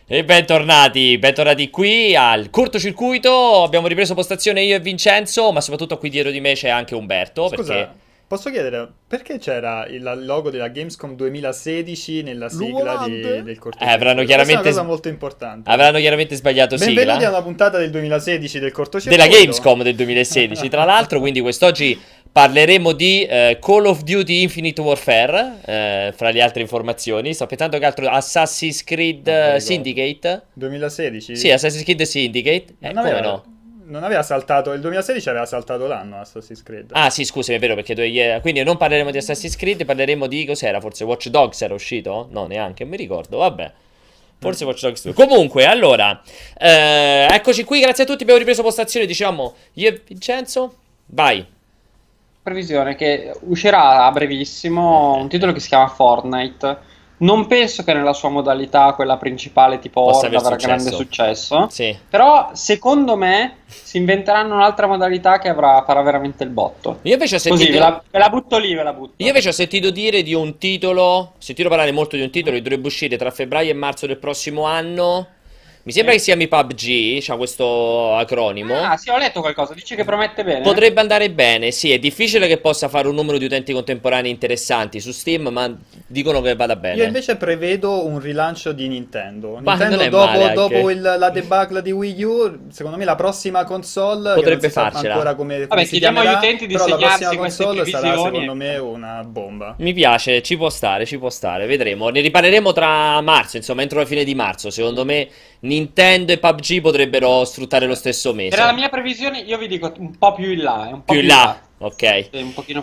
E bentornati qui al cortocircuito. Abbiamo ripreso postazione io e Vincenzo, ma soprattutto qui dietro di me c'è anche Umberto, perché Scusa, posso chiedere perché c'era il logo della Gamescom 2016 nella sigla del avranno cortocircuito? Questa è una chiaramente, cosa molto importante. avranno chiaramente sbagliato Benvenuti sigla alla puntata del 2016 del della cortocircuito. Gamescom del 2016, tra l'altro, quindi quest'oggi parleremo di Call of Duty Infinite Warfare, fra le altre informazioni. Sto aspettando che altro Assassin's Creed Non me lo ricordo. Syndicate. 2016? Sì, Assassin's Creed Syndicate. Non Come aveva, no? non aveva saltato, il 2016 aveva saltato l'anno Assassin's Creed. Ah, sì, scusami, è vero, perché quindi non parleremo di Assassin's Creed, parleremo di cos'era, forse Watch Dogs era uscito? No, neanche, non mi ricordo, vabbè. Forse Watch Dogs 2. Comunque, allora, eccoci qui, grazie a tutti, abbiamo ripreso postazione, diciamo, io e Vincenzo. Vai. Previsione che uscirà a brevissimo un titolo che si chiama Fortnite. Non penso che nella sua modalità, quella principale tipo Possa Horde, aver avrà grande successo. Sì. Però secondo me si inventeranno un'altra modalità che farà veramente il botto. Io invece ho Così sentito... ve la butto lì, ve la butto. Io invece ho sentito dire di un titolo, ho sentito parlare molto di un titolo che dovrebbe uscire tra febbraio e marzo del prossimo anno. Mi sembra che si chiami PUBG, c'ha questo acronimo. Ah, sì, ho letto qualcosa, dici che promette bene. Potrebbe andare bene, sì, è difficile che possa fare un numero di utenti contemporanei interessanti su Steam, ma dicono che vada bene. Io invece prevedo un rilancio di Nintendo. Ma non Nintendo è male dopo anche. la debacle di Wii U, secondo me la prossima console, che Potrebbe non si sa farcela. ancora come Vabbè, si chiediamo agli chiamerà, utenti di però la segnarsi prossima queste console sarà previsioni. secondo me una bomba. Mi piace, ci può stare, vedremo. Ne riparleremo tra marzo, insomma, entro la fine di marzo. Secondo me Nintendo e PUBG potrebbero sfruttare lo stesso mese. Era la mia previsione, io vi dico un po' più in là, un po' Più in là, ok. Sì, un pochino.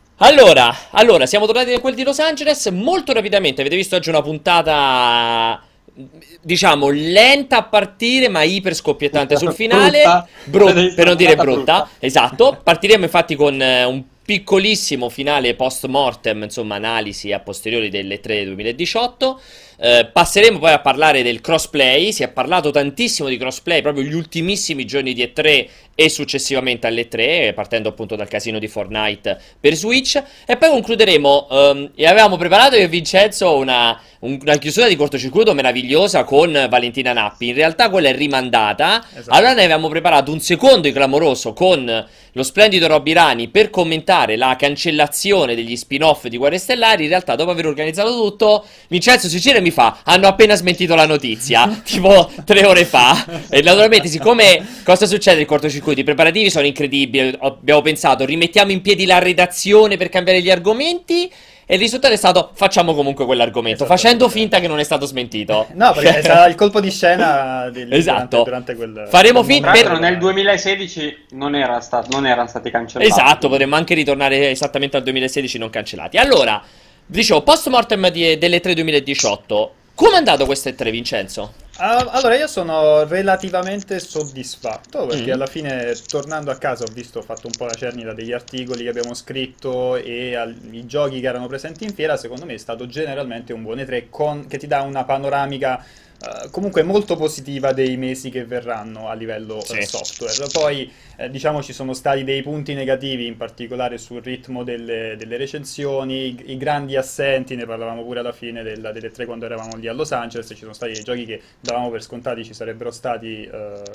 Allora, siamo tornati da quel di Los Angeles. Molto rapidamente, avete visto oggi una puntata, diciamo, lenta a partire, ma iper scoppiettante sul finale. Brutta. Per non dire Puntata brutta. Esatto. Partiremo infatti con un piccolissimo finale post-mortem, insomma, analisi a posteriori delle 3 2018. Passeremo poi a parlare del crossplay. Si è parlato tantissimo di crossplay proprio gli ultimissimi giorni di E3 e successivamente alle 3, partendo appunto dal casino di Fortnite per Switch. E poi concluderemo, e avevamo preparato io e Vincenzo una chiusura di cortocircuito meravigliosa con Valentina Nappi. In realtà quella è rimandata. Esatto. Allora ne avevamo preparato un secondo clamoroso con lo splendido Robby Rani per commentare la cancellazione degli spin-off di Guerre Stellari. In realtà, dopo aver organizzato tutto, Vincenzo si gira e mi fa: hanno appena smentito la notizia, tipo 3 ore fa. E naturalmente, siccome cosa succede nel cortocircuito? I preparativi sono incredibili. Abbiamo pensato, rimettiamo in piedi la redazione per cambiare gli argomenti. E il risultato è stato: facciamo comunque quell'argomento, facendo finta che non è stato smentito. No, perché sarà il colpo di scena Esatto. durante quel Faremo quel finta Tra momento. l'altro nel 2016 non erano stati cancellati. Esatto, potremmo anche ritornare esattamente al 2016 non cancellati. Allora, dicevo, post-mortem delle 3 2018. Come è andato queste 3, Vincenzo? Allora, io sono relativamente soddisfatto perché alla fine, tornando a casa, ho fatto un po' la cernita degli articoli che abbiamo scritto e i giochi che erano presenti in fiera. Secondo me è stato generalmente un buon E3 che ti dà una panoramica comunque molto positiva dei mesi che verranno a livello Sì. software. Poi, diciamo, ci sono stati dei punti negativi, in particolare sul ritmo delle recensioni, i grandi assenti, ne parlavamo pure alla fine delle 3 quando eravamo lì a Los Angeles. Ci sono stati dei giochi che davamo per scontati ci sarebbero stati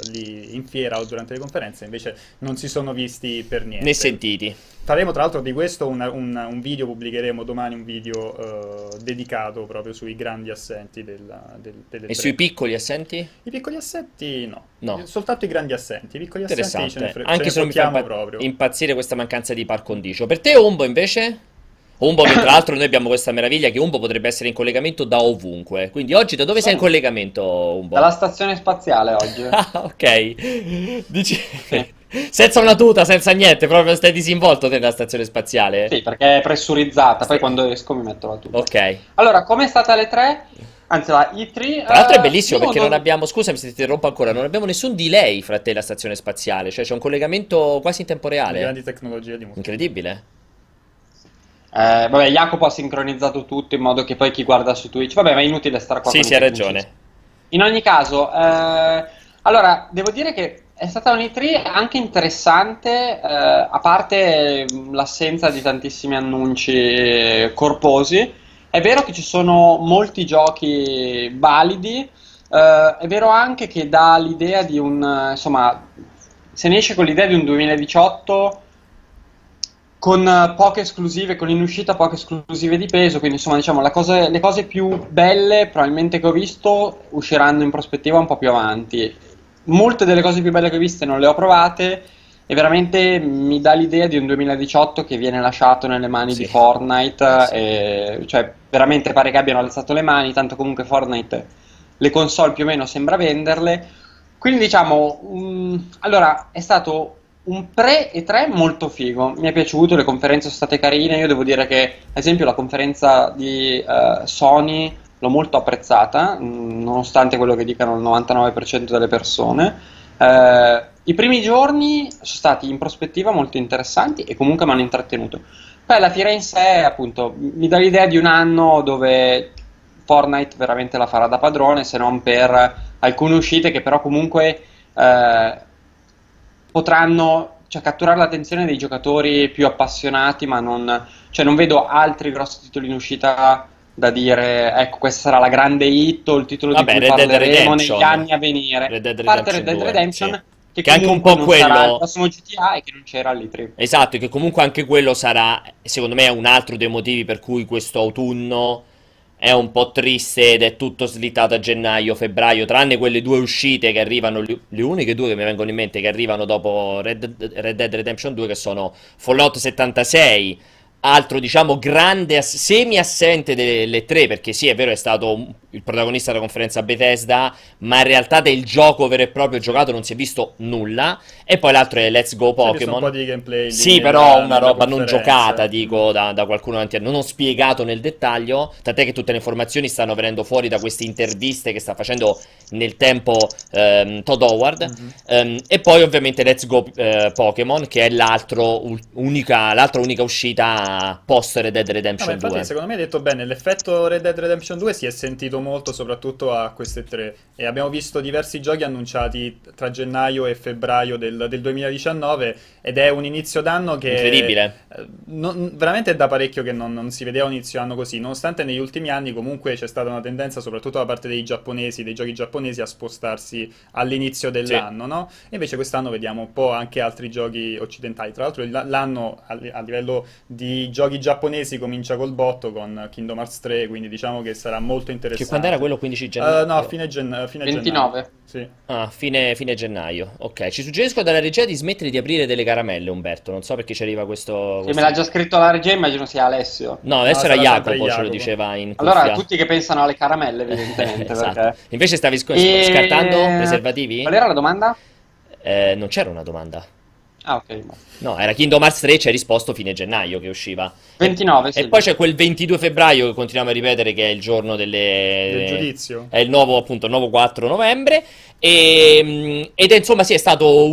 lì in fiera o durante le conferenze, invece non si sono visti per niente. Ne sentiti? Faremo tra l'altro di questo un video, pubblicheremo domani un video dedicato proprio sui grandi assenti delle E 3. sui piccoli assenti? I piccoli assenti no. No. Soltanto i grandi assenti. I piccoli assenti Interessante. ce Anche ne se non mi fa fottiamo proprio. impazzire questa mancanza di par condicio. Per te, Umbo, invece? Umbo, che tra l'altro noi abbiamo questa meraviglia che Umbo potrebbe essere in collegamento da ovunque. Quindi oggi da dove sei in collegamento, Umbo? Dalla stazione spaziale oggi. Ah, ok. Dici... Senza una tuta, senza niente, proprio stai disinvolto nella stazione spaziale? Sì, perché è pressurizzata, poi quando esco mi metto la tuta. Ok. Allora, com'è stata le 3? Anzi, la E3... Tra l'altro è bellissimo io perché non- non abbiamo, scusami se ti interrompo ancora, non abbiamo nessun delay fra te e la stazione spaziale, cioè c'è un collegamento quasi in tempo Le reale. grandi tecnologie di Incredibile. Vabbè, Jacopo ha sincronizzato tutto in modo che poi chi guarda su Twitch... Vabbè, ma è inutile stare qua Sì, con sì, i hai tecnici. ragione. In ogni caso, allora, devo dire che è stata un E3 anche interessante, a parte l'assenza di tantissimi annunci corposi. È vero che ci sono molti giochi validi, È vero anche che dà l'idea di insomma, se ne esce con l'idea di un 2018 con poche esclusive, con in uscita poche esclusive di peso, quindi insomma diciamo le cose più belle probabilmente che ho visto usciranno in prospettiva un po' più avanti. Molte delle cose più belle che ho viste non le ho provate e veramente mi dà l'idea di un 2018 che viene lasciato nelle mani Sì. di Fortnite, Sì. cioè veramente pare che abbiano alzato le mani, tanto comunque Fortnite le console più o meno sembra venderle. Quindi diciamo, allora è stato un pre-E3 molto figo, mi è piaciuto, le conferenze sono state carine, io devo dire che ad esempio la conferenza di Sony l'ho molto apprezzata, nonostante quello che dicano il 99% delle persone. I primi giorni sono stati in prospettiva molto interessanti e comunque mi hanno intrattenuto. Poi la fiera in sé, appunto, mi dà l'idea di un anno dove Fortnite veramente la farà da padrone, se non per alcune uscite che però comunque potranno, cioè, catturare l'attenzione dei giocatori più appassionati, ma non vedo altri grossi titoli in uscita da dire, ecco, questa sarà la grande hit o il titolo di Vabbè, cui Red Dead parleremo negli Redemption. anche anni a venire. Red Dead A parte Red Redemption Dead 2, Redemption, sì. che Che è anche un comunque po' non sarà il quello. prossimo GTA e che non c'era all'E3. Esatto, che comunque anche quello sarà, secondo me, un altro dei motivi per cui questo autunno è un po' triste ed è tutto slittato a gennaio, febbraio, tranne quelle due uscite che arrivano, le uniche due che mi vengono in mente che arrivano dopo Red Dead Redemption 2, che sono Fallout 76, altro diciamo grande semi-assente delle tre, perché sì, è vero, è stato il protagonista della conferenza Bethesda, ma in realtà del gioco vero e proprio giocato non si è visto nulla. E poi l'altro è Let's Go Si è visto un po' Pokémon. di gameplay lì Sì, però una nella roba non conferenza. giocata, dico, da qualcuno davanti a non ho spiegato nel dettaglio, tant'è che tutte le informazioni stanno venendo fuori da queste interviste che sta facendo nel tempo Todd Howard. Mhm. E poi ovviamente Let's Go Pokémon, che è l'altra unica uscita post Red Dead No, ma Redemption infatti 2. secondo me hai detto bene, l'effetto Red Dead Redemption 2 si è sentito molto soprattutto a queste tre e abbiamo visto diversi giochi annunciati tra gennaio e febbraio del 2019 ed è un inizio d'anno che Incredibile. veramente è da parecchio che non si vedeva un inizio anno così, nonostante negli ultimi anni comunque c'è stata una tendenza soprattutto da parte dei giapponesi, dei giochi giapponesi a spostarsi all'inizio Sì. dell'anno, no? E invece quest'anno vediamo un po' anche altri giochi occidentali, tra l'altro l'anno a livello di giochi giapponesi comincia col botto con Kingdom Hearts 3, quindi diciamo che sarà molto Che quando era interessante. quello 15 No, gennaio? fine gennaio. 29. Sì. Ah, fine gennaio. Ok, ci suggerisco dalla regia di smettere di aprire delle caramelle, Umberto. Non so perché ci arriva Se me l'ha già scritto la regia, immagino sia Alessio. No, No, adesso era sarà sempre Jacopo, ce lo Jacopo. diceva in Allora, cuffia. tutti che pensano alle caramelle, evidentemente, Esatto. perché... Invece stavi scartando E... preservativi? Qual era la domanda? Non c'era una domanda. Ah, ok. No, era Kingdom Hearts 3, ci hai risposto fine gennaio che usciva. E, 29, e sì. poi c'è quel 22 febbraio che continuiamo a ripetere che è il giorno Del delle... giudizio. È il nuovo, appunto, il nuovo 4 novembre. Ed è insomma, sì,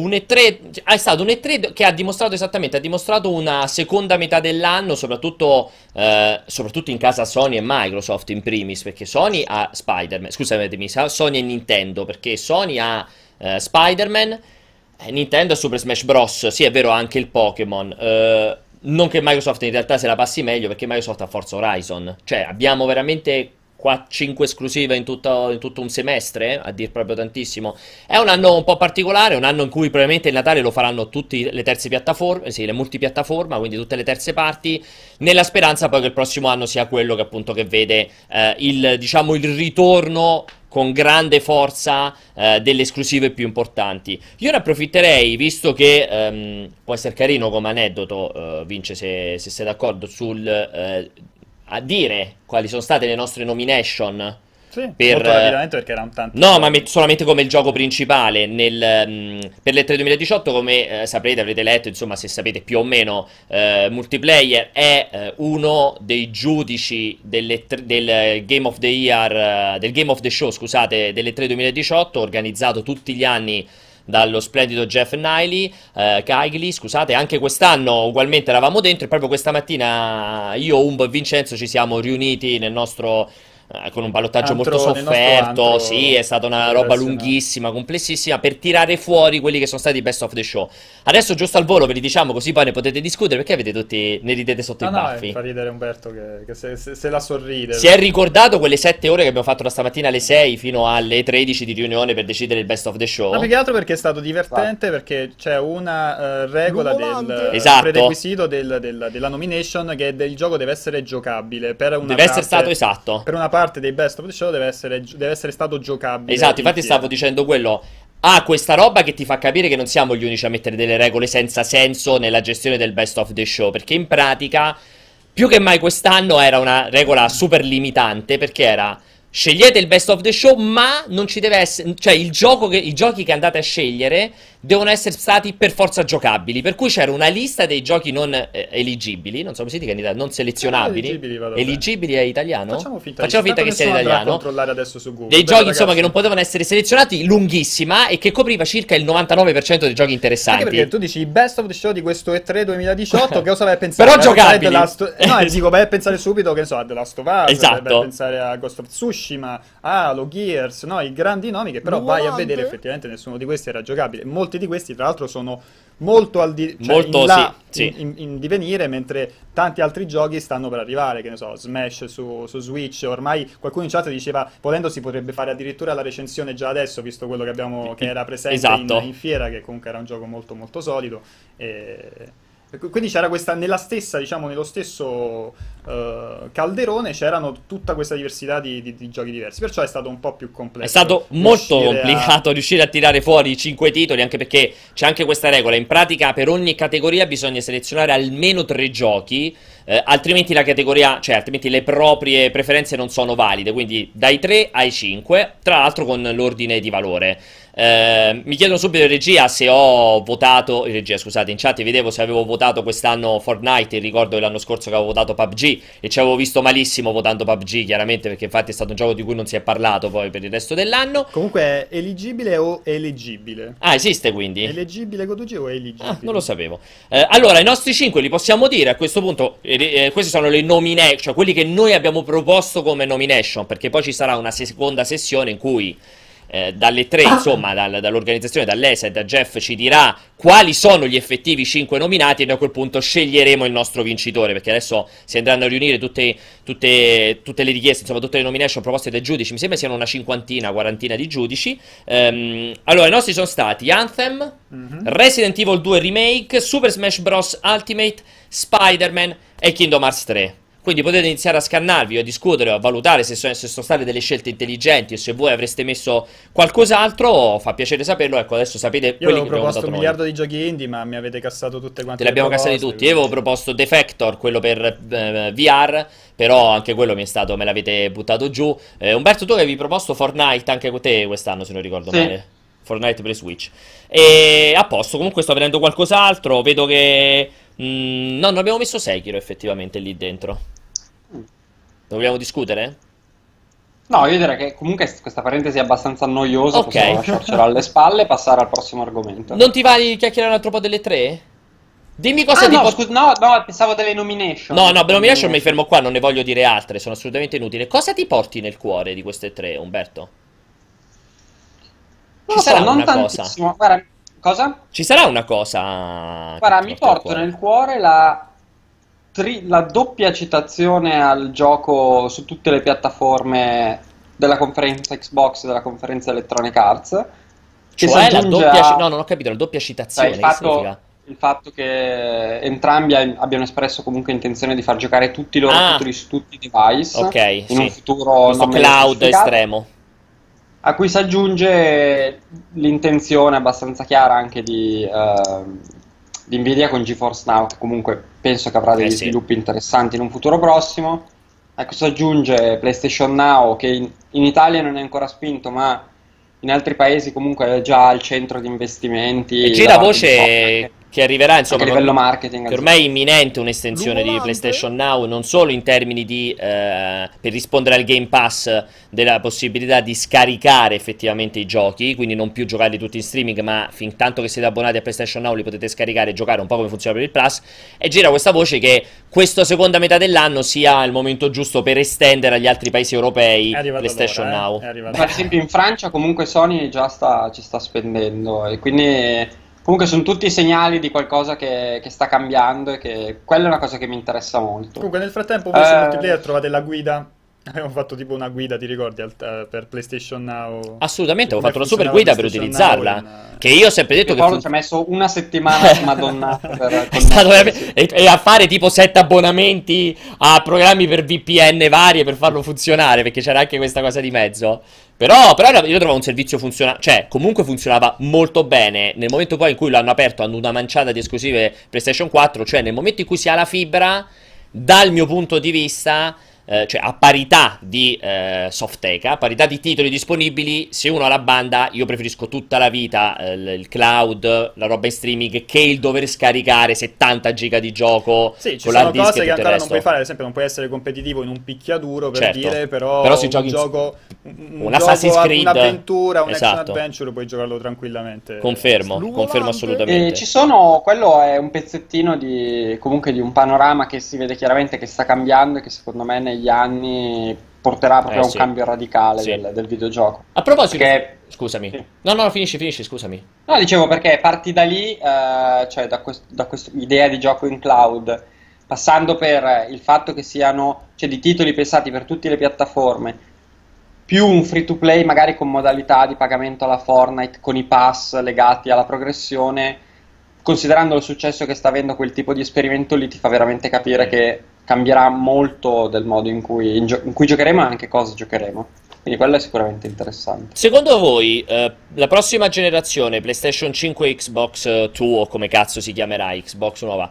è stato un E3 che ha dimostrato esattamente, ha dimostrato una seconda metà dell'anno, soprattutto in casa Sony e Microsoft in primis, perché Sony ha Spider-Man, scusatemi, Sony e Nintendo, perché Sony ha Spider-Man, Nintendo e Super Smash Bros. Sì, è vero, anche il Pokémon. Non che Microsoft in realtà se la passi meglio, perché Microsoft ha Forza Horizon. Cioè, abbiamo veramente 5 esclusive in tutto un semestre, a dir proprio tantissimo. È un anno un po' particolare, un anno in cui probabilmente il Natale lo faranno tutte le terze piattaforme, sì, le multipiattaforma, quindi tutte le terze parti, nella speranza poi che il prossimo anno sia quello che appunto che vede diciamo, il ritorno con grande forza delle esclusive più importanti. Io ne approfitterei, visto che può essere carino come aneddoto, Vince, se sei d'accordo, a dire quali sono state le nostre nomination Sì, per... molto rapidamente perché erano tanti No, ma giochi. solamente come il gioco principale per l'E3 2018, come saprete, avrete letto, insomma, se sapete più o meno, Multiplayer è uno dei giudici del Game of the Year, del Game of the Show, scusate, dell'E3 2018, organizzato tutti gli anni dallo splendido Jeff Keighley, scusate, anche quest'anno ugualmente eravamo dentro e proprio questa mattina io, Umbo e Vincenzo ci siamo riuniti nel nostro con un ballottaggio molto Antro, nel nostro sofferto, antro sì, è stata una roba professionale. lunghissima, complessissima, per tirare fuori quelli che sono stati i best of the show. Adesso giusto al volo ve li diciamo così poi ne potete discutere, perché avete tutti, ne ridete sotto No, i no, baffi. fa ridere Umberto che se la sorride. Si è ricordato quelle 7 ore che abbiamo fatto da stamattina alle 6 fino alle 13 di riunione per decidere il best of the Ma show? più che altro perché è stato divertente, perché c'è una regola del Esatto. prerequisito della nomination, che il gioco deve essere giocabile per una Deve essere parte, stato esatto. per una parte dei best of the show deve essere stato giocabile Esatto, infatti insieme. stavo dicendo quello. Ha questa roba che ti fa capire che non siamo gli unici a mettere delle regole senza senso nella gestione del best of the show, perché in pratica, più che mai quest'anno era una regola super limitante, perché era scegliete il best of the show, ma non ci deve essere, cioè i giochi che andate a scegliere devono essere stati per forza giocabili, per cui c'era una lista dei giochi non eligibili, non so come si dica in Italia, non selezionabili. Eligibili, vada bene. Eligibili è italiano? Facciamo finta Facciamo finta che sia in nessuno andrà a italiano. controllare adesso su Google. Dei Beh, giochi, insomma, ragazzi, che non potevano essere selezionati, lunghissima e che copriva circa il 99% dei giochi anche interessanti. perché tu dici best of the show di questo E3 2018, che cosa vai a pensare? Però Vai a pensare a giocabili. The Last... No, dico, vai a pensare subito, che ne so, a The Last of Us, Esatto. vai a pensare a Ghost of Tsushima, a Halo, Gears, no, i grandi nomi che però vai a vedere, effettivamente nessuno di questi era giocabile. Molti di questi, tra l'altro, sono molto Molto, in là, sì. in divenire, mentre tanti altri giochi stanno per arrivare, che ne so, Smash su Switch. Ormai qualcuno in chat diceva, volendo si potrebbe fare addirittura la recensione già adesso, visto quello che era presente Esatto. in fiera, che comunque era un gioco molto molto solido. E quindi c'era questa, nella stessa, diciamo, nello stesso calderone c'erano tutta questa diversità di giochi diversi, perciò è stato un po' più complesso. È stato molto riuscire complicato riuscire a tirare fuori i 5 titoli, anche perché c'è anche questa regola. In pratica, per ogni categoria bisogna selezionare almeno 3 giochi, altrimenti la categoria, cioè altrimenti le proprie preferenze non sono valide. Quindi dai 3 ai 5, tra l'altro con l'ordine di valore. Mi chiedono subito in regia se ho votato, in regia scusate, in chat vedevo se avevo votato quest'anno Fortnite. Ricordo che l'anno scorso che avevo votato PUBG e ci avevo visto malissimo votando PUBG, chiaramente, perché infatti è stato un gioco di cui non si è parlato poi per il resto dell'anno. Comunque è eligibile o eleggibile? Ah, esiste quindi? Eleggibile con 2G o è eligibile? Ah, non lo sapevo. Allora, i nostri 5 li possiamo dire a questo punto. Questi sono le nomination, cioè quelli che noi abbiamo proposto come nomination, perché poi ci sarà una seconda sessione in cui dalle 3, insomma, dall'organizzazione, dall'ESA e da Jeff ci dirà quali sono gli effettivi 5 nominati e noi a quel punto sceglieremo il nostro vincitore, perché adesso si andranno a riunire tutte le richieste, insomma tutte le nomination proposte dai giudici, mi sembra siano una cinquantina, quarantina di giudici. Allora, i nostri sono stati Anthem, Resident Evil 2 Remake, Super Smash Bros. Ultimate, Spider-Man e Kingdom Hearts 3. Quindi potete iniziare a scannarvi, a discutere, a valutare se sono state delle scelte intelligenti o se voi avreste messo qualcos'altro. Fa piacere saperlo. Ecco, adesso sapete Io quelli avevo che abbiamo proposto votato un noi. miliardo di giochi indie, ma mi avete cassato tutte quante Te li abbiamo le cassati proposte, tutti. Io avevo quindi- proposto Defector, quello per VR, però anche quello me l'avete buttato giù. Umberto, tu avevi proposto Fortnite anche con te quest'anno, se non ricordo Sì. male. Fortnite per Switch. E a posto, comunque sto vedendo qualcos'altro. Vedo che... no, non abbiamo messo Sekiro effettivamente lì dentro. Lo vogliamo discutere? No, io direi che comunque questa parentesi è abbastanza noiosa, Ok. possiamo lasciarcela alle spalle e passare al prossimo argomento. Non ti va di chiacchierare un altro po' delle 3? Dimmi cosa Ah ti no, pot- scusa, no, pensavo delle nomination. No, no, nomination mi fermo qua, non ne voglio dire altre, sono assolutamente inutili. Cosa ti porti nel cuore di queste 3, Umberto? Non Ci lo so, sarà non una tantissimo. Guarda, cosa? Ci sarà una cosa che Guarda, ti mi porta porto nel cuore la doppia citazione al gioco su tutte le piattaforme della conferenza Xbox e della conferenza Electronic Arts. Che Cioè si la aggiunge doppia... a- No, non ho capito, la doppia cioè, citazione, che significa? il fatto che entrambi abbiano espresso comunque intenzione di far giocare tutti i loro Ah. titoli su tutti i device Ok, in sì. un futuro Questo non meglio cloud specificato, estremo. a cui si aggiunge l'intenzione abbastanza chiara anche di Nvidia con GeForce Now, che comunque penso che avrà degli sì. sviluppi interessanti in un futuro prossimo. A questo si aggiunge PlayStation Now, che in Italia non è ancora spinto, ma in altri paesi comunque è già al centro di investimenti. E da gira parte di voce Sony. che arriverà, insomma, anche a livello marketing. Che ormai è imminente un'estensione di Volante. PlayStation Now, non solo in termini di per rispondere al Game Pass, della possibilità di scaricare effettivamente i giochi, quindi non più giocarli tutti in streaming, ma fin tanto che siete abbonati a PlayStation Now li potete scaricare e giocare un po' come funziona per il Plus. E gira questa voce che questa seconda metà dell'anno sia il momento giusto per estendere agli altri paesi europei PlayStation Now. Per esempio in Francia comunque Sony già ci sta spendendo, e quindi comunque sono tutti segnali di qualcosa che sta cambiando, e che quella è una cosa che mi interessa molto. Comunque nel frattempo voi su Multiplayer trovate la guida. Abbiamo fatto tipo una guida, ti ricordi, per PlayStation Now? Assolutamente, avevo fatto una Come super guida per PlayStation utilizzarla. Che io ho sempre detto che Paolo ci ha messo una settimana madonna per è stato e a fare tipo 7 abbonamenti a programmi per VPN varie per farlo funzionare, perché c'era anche questa cosa di mezzo. Però io trovavo un servizio funzionante, cioè comunque funzionava molto bene. Nel momento poi in cui l'hanno aperto, hanno una manciata di esclusive PlayStation 4, cioè nel momento in cui si ha la fibra, dal mio punto di vista, cioè a parità di Softeca, a parità di titoli disponibili, se uno ha la banda, io preferisco tutta la vita il cloud, la roba in streaming, che il dover scaricare 70 giga di gioco. Sì, ci con sono l'hard disk cose e che tutto il ancora resto. non puoi fare, ad esempio non puoi essere competitivo in un picchiaduro, per Certo. dire, però Però se un giochi gioco, un Assassin's Creed, un'avventura, un action esatto. adventure, puoi giocarlo tranquillamente. Confermo assolutamente. Ci sono, quello è un pezzettino comunque di un panorama che si vede chiaramente che sta cambiando, e che secondo me negli anni porterà proprio a un sì. cambio radicale Sì. del videogioco. A proposito, Perché- scusami. Sì. No, finisci, scusami. No, dicevo perché parti da lì, cioè da questa idea di gioco in cloud, passando per il fatto che siano, cioè, di titoli pensati per tutte le piattaforme, più un free to play magari con modalità di pagamento alla Fortnite, con i pass legati alla progressione. Considerando il successo che sta avendo quel tipo di esperimento lì, ti fa veramente capire che cambierà molto del modo in cui giocheremo, e anche cosa giocheremo. Quindi quello è sicuramente interessante. Secondo voi, la prossima generazione, PlayStation 5 Xbox 2, o come cazzo si chiamerà, Xbox nuova,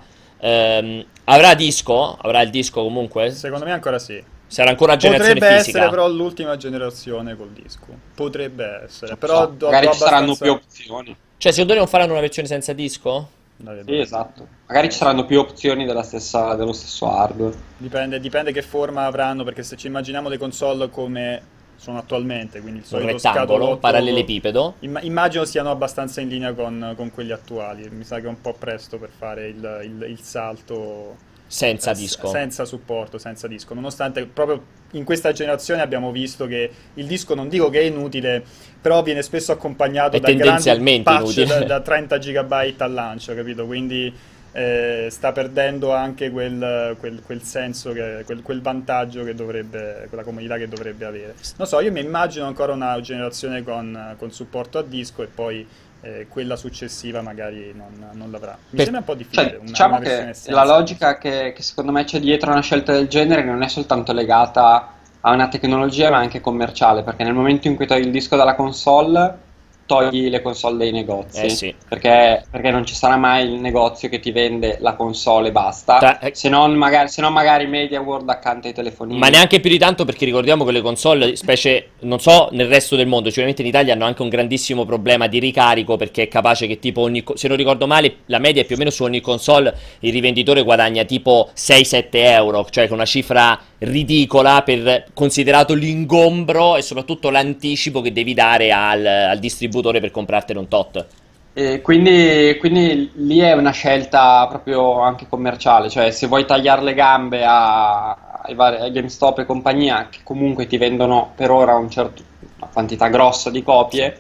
avrà disco? Avrà il disco comunque? Secondo me ancora sì. Sarà ancora a generazione Potrebbe fisica? essere però l'ultima generazione col disco. Potrebbe essere, Non però so, magari ci saranno abbastanza- più opzioni. Cioè, secondo te non faranno una versione senza disco? Da vedere. Sì, esatto. Magari ci saranno più opzioni dello stesso hardware. Dipende che forma avranno, perché se ci immaginiamo le console come sono attualmente, quindi il Un solito rettangolo, scatolotto, parallelepipedo? immagino siano abbastanza in linea con quelli attuali. Mi sa che è un po' presto per fare il salto Senza disco. senza supporto, senza disco, nonostante proprio in questa generazione abbiamo visto che il disco, non dico che è inutile, però viene spesso accompagnato È da grandi tendenzialmente patch inutile. da 30 GB al lancio, capito? Quindi sta perdendo anche quel senso, quel vantaggio che dovrebbe, quella comodità che dovrebbe avere. Non so, io mi immagino ancora una generazione con supporto a disco, e poi quella successiva magari non l'avrà. Mi sembra un po' difficile. Cioè, diciamo una versione che senza la disco. logica che secondo me c'è dietro a una scelta del genere non è soltanto legata a una tecnologia, ma anche commerciale, perché nel momento in cui togli il disco dalla console, togli le console dai negozi, Sì. perché non ci sarà mai il negozio che ti vende la console e basta, se non magari Media World accanto ai telefonini. Ma neanche più di tanto, perché ricordiamo che le console, specie, non so, nel resto del mondo, sicuramente in Italia hanno anche un grandissimo problema di ricarico, perché è capace che tipo se non ricordo male, la media è più o meno su ogni console il rivenditore guadagna tipo 6-7 euro, cioè con una cifra ridicola considerato l'ingombro e soprattutto l'anticipo che devi dare al distributore per comprartene un tot. E quindi lì è una scelta proprio anche commerciale, cioè se vuoi tagliare le gambe ai GameStop e compagnia, che comunque ti vendono per ora una quantità grossa di copie,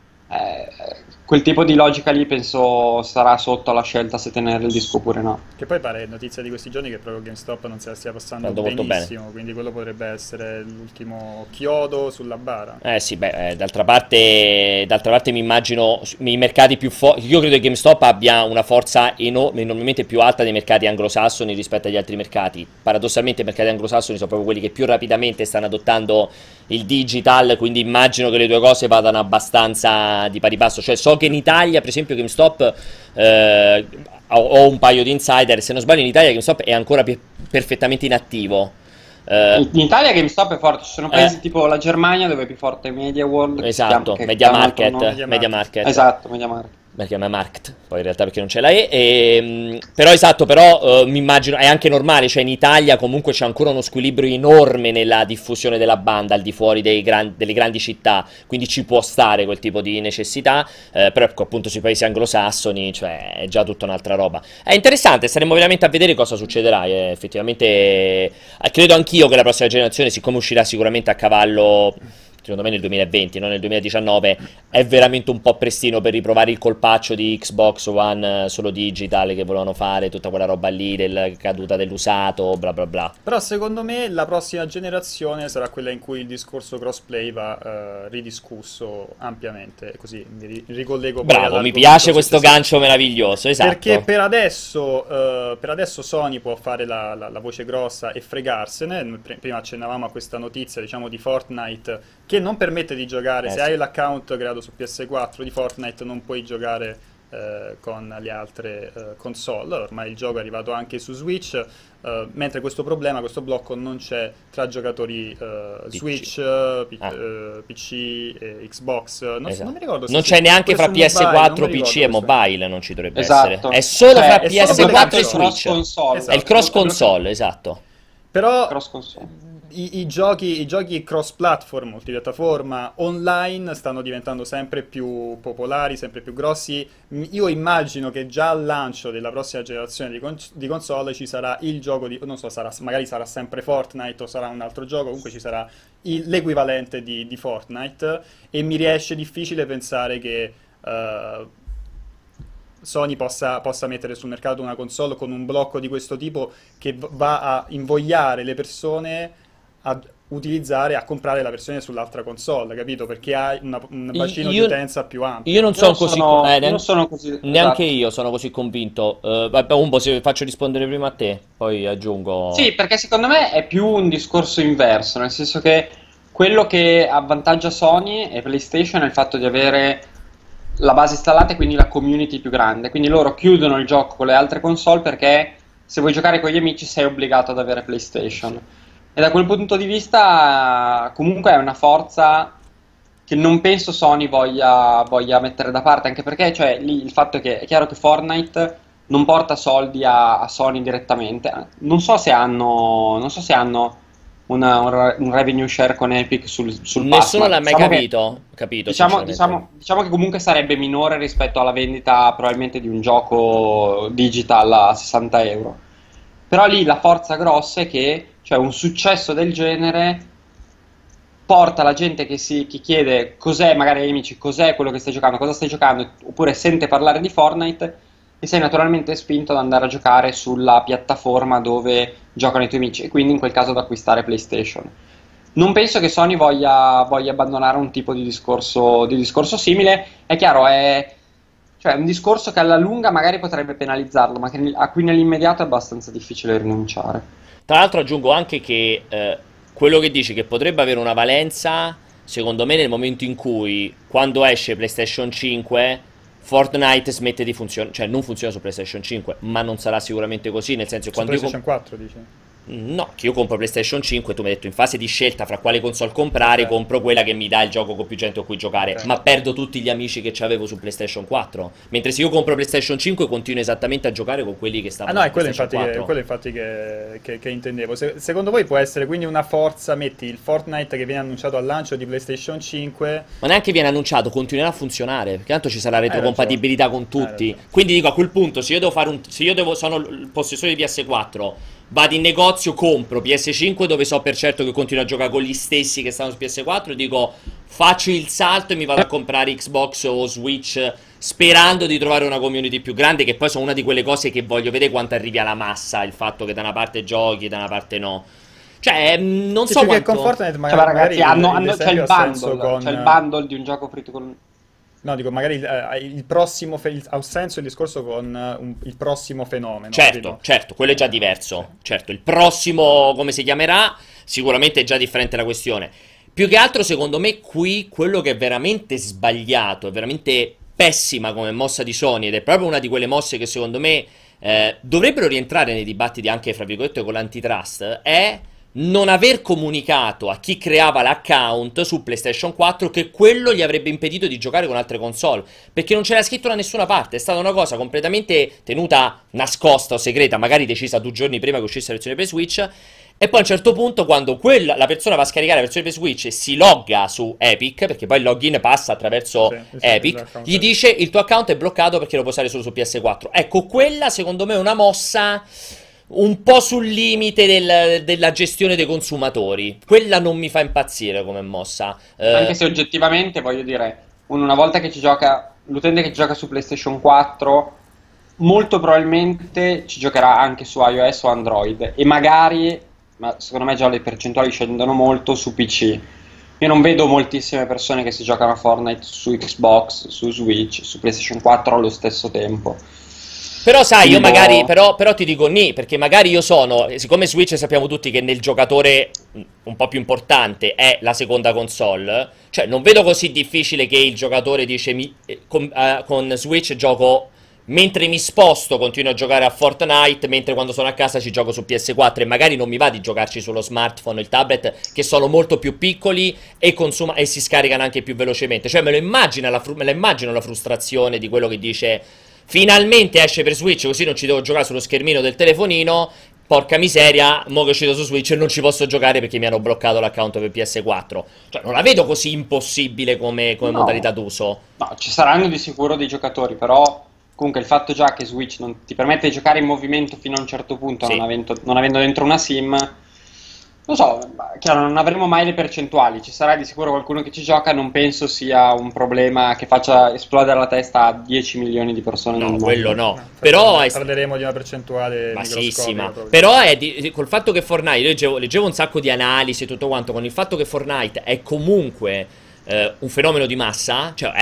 quel tipo di logica lì penso sarà sotto alla scelta se tenere il disco oppure no. Che poi pare notizia di questi giorni che proprio GameStop non se la stia passando Andando molto benissimo, quindi quello potrebbe essere l'ultimo chiodo sulla bara. Sì, d'altra parte mi immagino i mercati più forti. Io credo che GameStop abbia una forza enormemente più alta dei mercati anglosassoni rispetto agli altri mercati. Paradossalmente i mercati anglosassoni sono proprio quelli che più rapidamente stanno adottando il digital, quindi immagino che le due cose vadano abbastanza di pari passo. Cioè, so che in Italia, per esempio, GameStop, ho un paio di insider, se non sbaglio in Italia GameStop è ancora perfettamente inattivo. In Italia GameStop è forte, ci sono paesi tipo la Germania dove è più forte Media World, esatto, che Media ha un altro Market, nome. Media Market. Esatto, Media Market. la chiama Markt, poi in realtà perché non c'è la E, però esatto, però mi immagino, è anche normale, cioè in Italia comunque c'è ancora uno squilibrio enorme nella diffusione della banda al di fuori delle grandi città, quindi ci può stare quel tipo di necessità, però ecco appunto sui paesi anglosassoni, cioè è già tutta un'altra roba. È interessante, staremo veramente a vedere cosa succederà, effettivamente credo anch'io che la prossima generazione, siccome uscirà sicuramente a cavallo secondo me nel 2020, non nel 2019, è veramente un po' prestino per riprovare il colpaccio di Xbox One solo digital che volevano fare, tutta quella roba lì della caduta dell'usato, bla bla bla. Però secondo me la prossima generazione sarà quella in cui il discorso crossplay va ridiscusso ampiamente, così mi ricollego poi Bravo, mi all'argomento piace questo successivo. gancio meraviglioso, esatto. Perché per adesso Sony può fare la voce grossa e fregarsene. Prima accennavamo a questa notizia, diciamo, di Fortnite che non permette di giocare, se Sì. hai l'account creato su PS4 di Fortnite non puoi giocare con le altre console. Ormai il gioco è arrivato anche su Switch, mentre questo problema, questo blocco non c'è tra giocatori PC. Switch, PC e Xbox. Non Esatto. mi ricordo se Non c'è neanche pure fra su mobile, PS4, non mi PC ricordo e questo. mobile, non ci dovrebbe Esatto. essere. È solo Cioè, fra è solo PS4 e soltanto il Switch. cross console. Esatto. È il cross console, esatto. Però Cross console. i giochi cross-platform, multipiattaforma, online stanno diventando sempre più popolari, sempre più grossi. Io immagino che già al lancio della prossima generazione di console ci sarà il gioco di... non so, magari sarà sempre Fortnite o sarà un altro gioco, comunque ci sarà l'equivalente di Fortnite e mi riesce difficile pensare che... Sony possa mettere sul mercato una console con un blocco di questo tipo che va a invogliare le persone a utilizzare, a comprare la versione sull'altra console, capito? Perché ha un bacino di Io, utenza più ampio. io non sono così, non sono così, neanche esatto. io sono così convinto. Vabbè, Umbo, se faccio rispondere prima a te, poi aggiungo. Sì, perché secondo me è più un discorso inverso, nel senso che quello che avvantaggia Sony e PlayStation è il fatto di avere la base installata e quindi la community più grande. Quindi loro chiudono il gioco con le altre console perché se vuoi giocare con gli amici sei obbligato ad avere PlayStation. E da quel punto di vista comunque è una forza che non penso Sony voglia mettere da parte, anche perché cioè, lì il fatto è che è chiaro che Fortnite non porta soldi a Sony direttamente. Non so se hanno un revenue share con Epic sul pass, Nessuno ma l'ha mai diciamo che capito, Diciamo, sinceramente. diciamo che comunque sarebbe minore rispetto alla vendita probabilmente di un gioco digital a 60 euro. Però lì la forza grossa è che cioè, un successo del genere porta la gente che chiede cos'è, magari agli amici, cos'è quello che stai giocando, cosa stai giocando, oppure sente parlare di Fortnite e sei naturalmente spinto ad andare a giocare sulla piattaforma dove giocano i tuoi amici e quindi in quel caso ad acquistare PlayStation. Non penso che Sony voglia abbandonare un tipo di discorso simile. È chiaro, cioè, un discorso che alla lunga magari potrebbe penalizzarlo, ma a cui nell'immediato è abbastanza difficile rinunciare. Tra l'altro aggiungo anche che quello che dici che potrebbe avere una valenza, secondo me nel momento in cui quando esce PlayStation 5 Fortnite smette di funzionare, cioè non funziona su PlayStation 5, ma non sarà sicuramente così, nel senso che Su quando PlayStation 4, dici? No, che io compro PlayStation 5, tu mi hai detto in fase di scelta fra quale console comprare, Ok. compro quella che mi dà il gioco con più gente con cui giocare, Ok. ma perdo tutti gli amici che avevo su PlayStation 4. Mentre se io compro PlayStation 5 continuo esattamente a giocare con quelli che Ah stavano no, su è quello PlayStation infatti, 4. quello infatti che intendevo. Secondo voi può essere quindi una forza, metti il Fortnite che viene annunciato al lancio di PlayStation 5? Ma neanche viene annunciato, continuerà a funzionare, perché tanto ci sarà retrocompatibilità con Hai tutti. ragione. Quindi dico a quel punto, se io sono il possessore di PS4, vado in negozio, compro PS5 dove so per certo che continuo a giocare con gli stessi che stanno su PS4, dico faccio il salto e mi vado a comprare Xbox o Switch sperando di trovare una community più grande, che poi sono una di quelle cose che voglio vedere quanto arrivi alla massa, il fatto che da una parte giochi e da una parte no. Cioè, non Sì, so più che con quanto... Fortnite Cioè, magari, ma ragazzi, magari c'è il l'esempio ha senso bundle, con... c'è il bundle di un gioco free to play. No, dico, magari il prossimo ha senso il discorso con il prossimo fenomeno. Certo, capito? certo, quello è già diverso. Certo, il prossimo, come si chiamerà, sicuramente è già differente la questione. Più che altro, secondo me, qui quello che è veramente sbagliato, è veramente pessima come mossa di Sony, ed è proprio una di quelle mosse che secondo me dovrebbero rientrare nei dibattiti anche, fra virgolette, con l'antitrust, è non aver comunicato a chi creava l'account su PlayStation 4 che quello gli avrebbe impedito di giocare con altre console, perché non c'era scritto da nessuna parte, è stata una cosa completamente tenuta nascosta o segreta, magari decisa 2 giorni prima che uscisse la versione per Switch. E poi a un certo punto, quando la persona va a scaricare la versione per Switch e si logga su Epic, perché poi il login passa attraverso Epic, gli dice il tuo account è bloccato perché lo puoi usare solo su PS4. Ecco, quella secondo me è una mossa un po' sul limite della gestione dei consumatori. Quella non mi fa impazzire come mossa. Anche se oggettivamente, voglio dire, una volta che ci gioca, l'utente che gioca su PlayStation 4, molto probabilmente ci giocherà anche su iOS o Android, e magari, ma secondo me già le percentuali scendono molto, su PC. Io non vedo moltissime persone che si giocano a Fortnite su Xbox, su Switch, su PlayStation 4 allo stesso tempo. Però sai, io magari, però ti dico nì, perché magari io sono, siccome Switch sappiamo tutti che nel giocatore un po' più importante è la seconda console, cioè non vedo così difficile che il giocatore dice con Switch gioco, mentre mi sposto continuo a giocare a Fortnite, mentre quando sono a casa ci gioco su PS4, e magari non mi va di giocarci sullo smartphone o il tablet, che sono molto più piccoli e si scaricano anche più velocemente. Cioè me la immagino la frustrazione di quello che dice: finalmente esce per Switch, così non ci devo giocare sullo schermino del telefonino. Porca miseria, mo che è uscito su Switch non ci posso giocare perché mi hanno bloccato l'account per PS4. Cioè, non la vedo così impossibile come No. modalità d'uso. No, ci saranno di sicuro dei giocatori, però comunque il fatto già che Switch non ti permette di giocare in movimento fino a un certo punto, Sì. non avendo dentro una SIM, non so, chiaro, non avremo mai le percentuali, ci sarà di sicuro qualcuno che ci gioca, non penso sia un problema che faccia esplodere la testa a 10 milioni di persone nel No, mondo. quello no. Però parleremo di una percentuale bassissima. microscopica. Però col fatto che Fortnite, io leggevo un sacco di analisi e tutto quanto, con il fatto che Fortnite è comunque un fenomeno di massa, cioè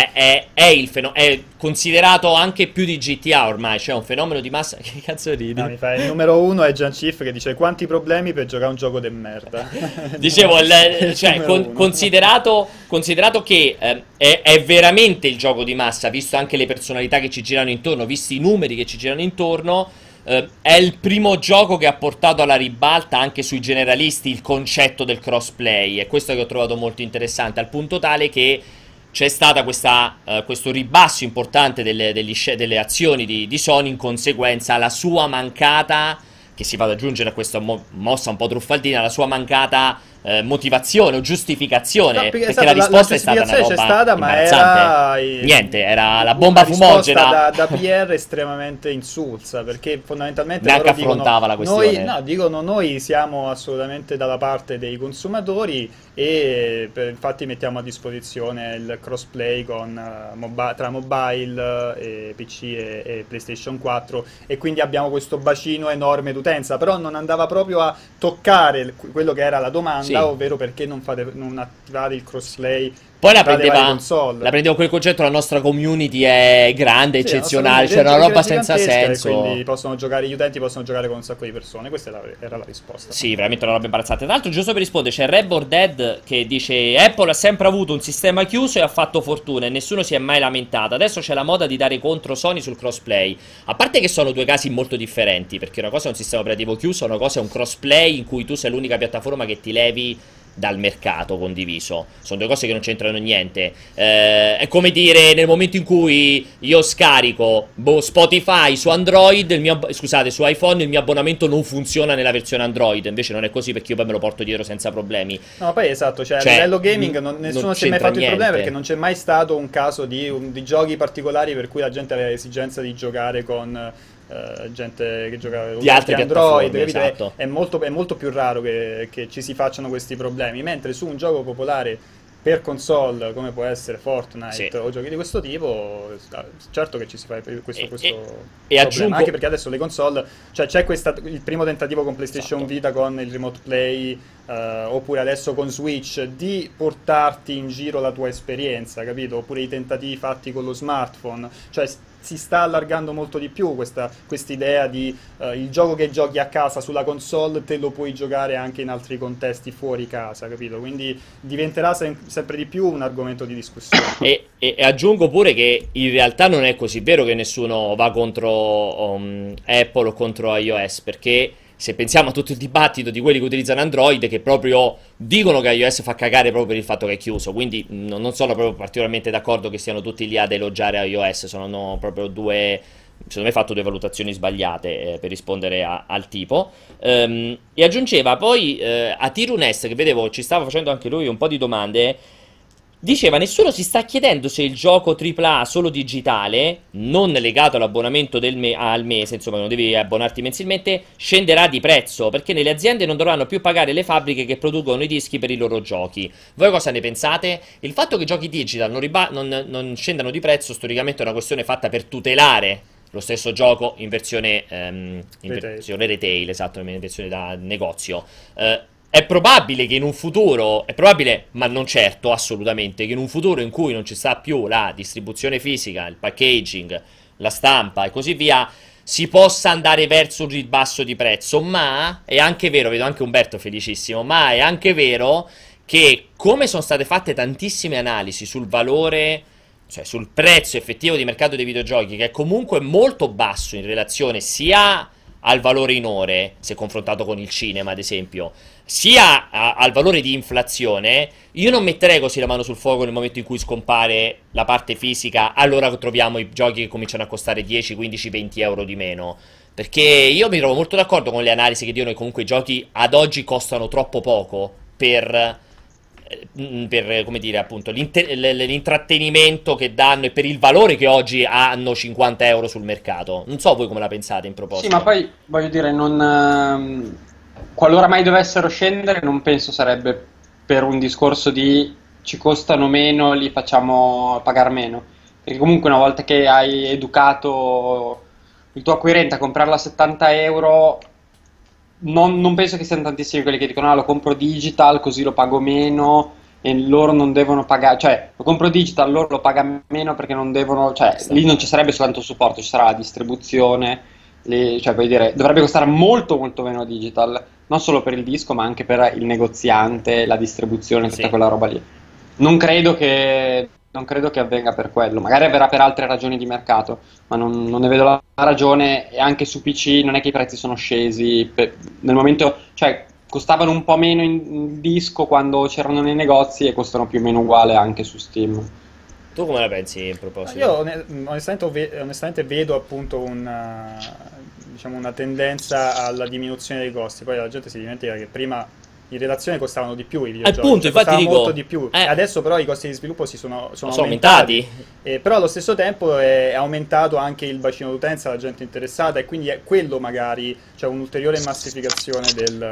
è considerato anche più di GTA ormai, cioè un fenomeno di massa. Che cazzo ridi? No, il numero uno è Gian Chief che dice: quanti problemi per giocare a un gioco de merda. Dicevo, cioè, Numero uno. considerato che è veramente il gioco di massa, visto anche le personalità che ci girano intorno, visti i numeri che ci girano intorno, è il primo gioco che ha portato alla ribalta anche sui generalisti il concetto del crossplay, e questo che ho trovato molto interessante, al punto tale che c'è stata questo ribasso importante delle azioni di Sony in conseguenza alla sua mancata, che si va ad aggiungere a questa mossa un po' truffaldina, la sua mancata motivazione o giustificazione, No, perché la risposta è stata una roba c'è stata, ma imbarazzante. era Niente, era la bomba fumogena. Una risposta da PR estremamente insulsa, perché fondamentalmente Neanche loro affrontava la questione. Noi siamo assolutamente dalla parte dei consumatori e infatti mettiamo a disposizione il crossplay tra mobile, PC e PlayStation 4, e quindi abbiamo questo bacino enorme d'utenza, però non andava proprio a toccare quello che era la domanda, Sì. ovvero perché non attivate il crossplay. Poi la tra le varie prendeva console. quel concetto, la nostra community è grande, Sì, eccezionale, la nostra c'era una roba community senza gigantesca, e senso. quindi gli utenti possono giocare con un sacco di persone. Questa era la risposta. Sì, veramente una roba imbarazzante. Tra l'altro, giusto per rispondere, c'è Rebor Dead che dice: Apple ha sempre avuto un sistema chiuso e ha fatto fortuna e nessuno si è mai lamentato. Adesso c'è la moda di dare contro Sony sul crossplay. A parte che sono due casi molto differenti, perché una cosa è un sistema operativo chiuso, una cosa è un crossplay in cui tu sei l'unica piattaforma che ti levi dal mercato condiviso. Sono due cose che non c'entrano niente. È come dire, nel momento in cui io scarico Spotify su Android, su iPhone, il mio abbonamento non funziona nella versione Android. Invece non è così, perché io poi me lo porto dietro senza problemi. No, poi esatto, cioè, a Cioè, livello gaming nessuno non si è mai c'entra fatto il problema, niente. perché non c'è mai stato un caso di giochi particolari per cui la gente aveva esigenza di giocare con gente che gioca Di altre Android, piattaforme, capito? esatto. È molto più raro che ci si facciano questi problemi, mentre su un gioco popolare per console come può essere Fortnite, Sì. o giochi di questo tipo, certo che ci si fa questo E problema. aggiungo, Anche perché adesso le console, cioè c'è il primo tentativo con PlayStation Esatto. Vita con il Remote Play, oppure adesso con Switch, di portarti in giro la tua esperienza, capito? Oppure i tentativi fatti con lo smartphone, cioè si sta allargando molto di più questa idea di il gioco che giochi a casa sulla console te lo puoi giocare anche in altri contesti fuori casa, capito? Quindi diventerà sempre di più un argomento di discussione. E aggiungo pure che in realtà non è così vero che nessuno va contro Apple o contro iOS, perché se pensiamo a tutto il dibattito di quelli che utilizzano Android, che proprio dicono che iOS fa cagare proprio per il fatto che è chiuso, quindi non sono proprio particolarmente d'accordo che siano tutti lì ad elogiare iOS, sono proprio due, secondo me, fatto due valutazioni sbagliate per rispondere al tipo. E aggiungeva poi a Tirunest, che vedevo ci stava facendo anche lui un po' di domande. Diceva, nessuno si sta chiedendo se il gioco AAA solo digitale, non legato all'abbonamento al mese, insomma non devi abbonarti mensilmente, scenderà di prezzo, perché nelle aziende non dovranno più pagare le fabbriche che producono i dischi per i loro giochi. Voi cosa ne pensate? Il fatto che i giochi digital non scendano di prezzo storicamente è una questione fatta per tutelare lo stesso gioco in versione versione retail, esatto, in versione da negozio. È probabile che in un futuro, è probabile, ma non certo, assolutamente, che in un futuro in cui non ci sta più la distribuzione fisica, il packaging, la stampa e così via, si possa andare verso un ribasso di prezzo. Ma è anche vero, vedo anche Umberto felicissimo, ma è anche vero che, come sono state fatte tantissime analisi sul valore, cioè sul prezzo effettivo di mercato dei videogiochi, che è comunque molto basso in relazione sia al valore in ore, se confrontato con il cinema ad esempio, sia al valore di inflazione, io non metterei così la mano sul fuoco nel momento in cui scompare la parte fisica, allora troviamo i giochi che cominciano a costare 10, 15, 20 euro di meno. Perché io mi trovo molto d'accordo con le analisi che dicono che comunque i giochi ad oggi costano troppo poco per come dire, appunto, l'intrattenimento che danno e per il valore che oggi hanno 50 euro sul mercato. Non so voi come la pensate in proposito. Sì, ma poi voglio dire, qualora mai dovessero scendere, non penso sarebbe per un discorso di ci costano meno, li facciamo pagare meno. Perché comunque una volta che hai educato il tuo acquirente a comprarlo a 70 euro, non penso che siano tantissimi quelli che dicono lo compro digital così lo pago meno e loro non devono pagare, cioè lo compro digital, loro lo pagano meno perché non devono, cioè lì non ci sarebbe soltanto il supporto, ci sarà la distribuzione, cioè vuol dire, dovrebbe costare molto molto meno digital, non solo per il disco ma anche per il negoziante, la distribuzione, tutta quella roba lì. Non credo che avvenga per quello, magari avverrà per altre ragioni di mercato, ma non ne vedo la ragione. E anche su PC non è che i prezzi sono scesi nel momento, cioè costavano un po' meno in disco quando c'erano nei negozi e costano più o meno uguale anche su Steam. Tu come la pensi in proposito? Io onestamente vedo appunto diciamo una tendenza alla diminuzione dei costi. Poi la gente si dimentica che prima in redazione costavano di più i videogiochi, appunto, infatti dico, molto di più. Adesso però i costi di sviluppo sono aumentati. Però allo stesso tempo è aumentato anche il bacino d'utenza, la gente interessata, e quindi è quello magari, cioè un'ulteriore massificazione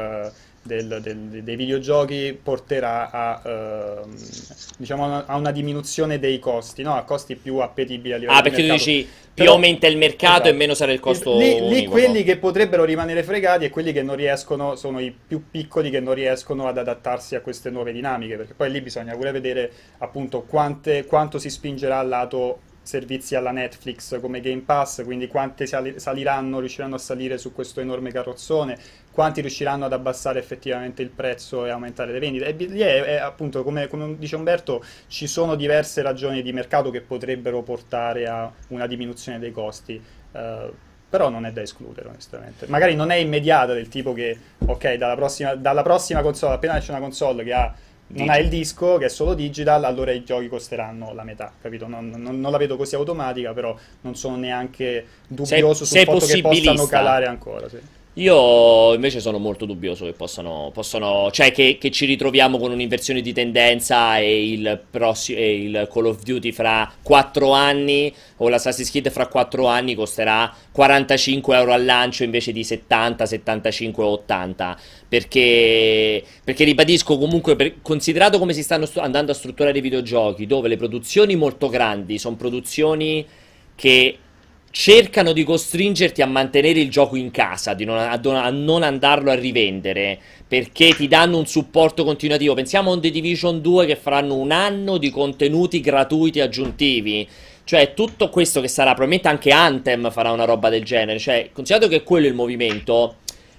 dei videogiochi porterà diciamo a una diminuzione dei costi, no? A costi più appetibili a livello di perché mercato. tu dici più aumenta il mercato, esatto, e meno sarà il costo lì quelli che potrebbero rimanere fregati e quelli che non riescono sono i più piccoli, che non riescono ad adattarsi a queste nuove dinamiche, perché poi lì bisogna pure vedere appunto quanto si spingerà al lato servizi alla Netflix come Game Pass, quindi quante riusciranno a salire su questo enorme carrozzone, quanti riusciranno ad abbassare effettivamente il prezzo e aumentare le vendite. E lì appunto, come dice Umberto, ci sono diverse ragioni di mercato che potrebbero portare a una diminuzione dei costi, però non è da escludere onestamente. Magari non è immediata, del tipo che ok, dalla prossima console, appena esce una console che non ha il disco, che è solo digital, allora i giochi costeranno la metà, capito? Non la vedo così automatica, però non sono neanche dubbioso sul fatto che possano calare ancora, sì. Io invece sono molto dubbioso che possano cioè che ci ritroviamo con un'inversione di tendenza e il Call of Duty fra 4 anni o l'Assassin's Creed fra 4 anni costerà 45 euro al lancio invece di 70, 75 o 80, perché ribadisco comunque, considerato come si stanno andando a strutturare i videogiochi, dove le produzioni molto grandi sono produzioni che cercano di costringerti a mantenere il gioco in casa, a non andarlo a rivendere, perché ti danno un supporto continuativo. Pensiamo a un The Division 2 che faranno un anno di contenuti gratuiti aggiuntivi, cioè tutto questo che sarà, probabilmente anche Anthem farà una roba del genere, cioè considerato che quello è il movimento.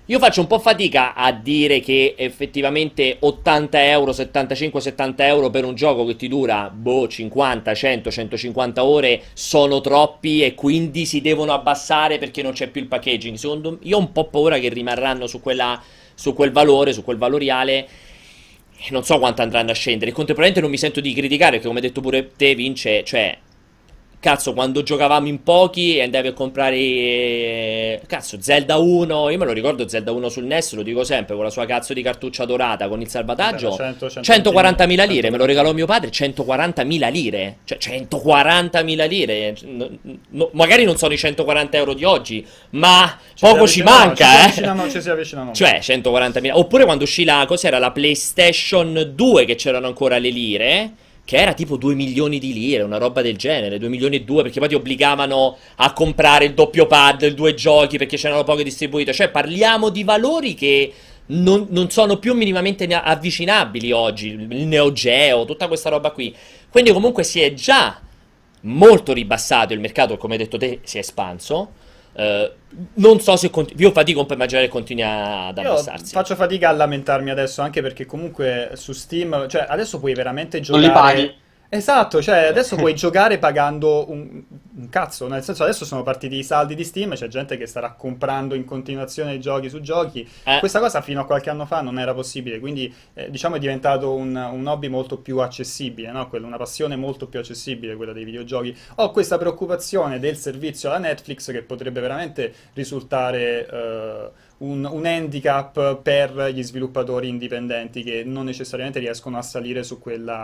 Io faccio un po' fatica a dire che effettivamente 80 euro, 75-70 euro per un gioco che ti dura, boh, 50, 100, 150 ore sono troppi e quindi si devono abbassare perché non c'è più il packaging. Secondo me, io ho un po' paura che rimarranno su quel valore, su quel valoriale. E non so quanto andranno a scendere. E contemporaneamente non mi sento di criticare, perché come hai detto pure te, Vince, cioè... Cazzo, quando giocavamo in pochi e andavi a comprare, cazzo, Zelda 1, io me lo ricordo Zelda 1 sul NES, lo dico sempre, con la sua cazzo di cartuccia dorata, con il salvataggio, 140.000 lire, me lo regalò mio padre, 140.000 lire, cioè 140.000 lire, magari non sono i 140 euro di oggi, ma poco ci manca, ci si avvicinano. Cioè, 140.000, oppure quando uscì cos'era, la PlayStation 2, che c'erano ancora le lire... Che era tipo 2 milioni di lire, una roba del genere, 2 milioni e 2, perché poi ti obbligavano a comprare il doppio pad, il 2 giochi, perché c'erano poche distribuite. Cioè, parliamo di valori che non sono più minimamente avvicinabili oggi. Il Neo Geo, tutta questa roba qui. Quindi comunque si è già molto ribassato il mercato, come hai detto te, si è espanso. Non so se io fatico un po' a immaginare che continui ad abbassarsi. Io faccio fatica a lamentarmi adesso, anche perché comunque su Steam, cioè adesso puoi veramente Non giocare. li paghi. Esatto, cioè adesso puoi giocare pagando un cazzo, nel senso adesso sono partiti i saldi di Steam, c'è gente che starà comprando in continuazione giochi su giochi. Questa cosa fino a qualche anno fa non era possibile, quindi diciamo è diventato un hobby molto più accessibile, no? Una passione molto più accessibile, quella dei videogiochi. Ho questa preoccupazione del servizio alla Netflix che potrebbe veramente risultare un handicap per gli sviluppatori indipendenti che non necessariamente riescono a salire su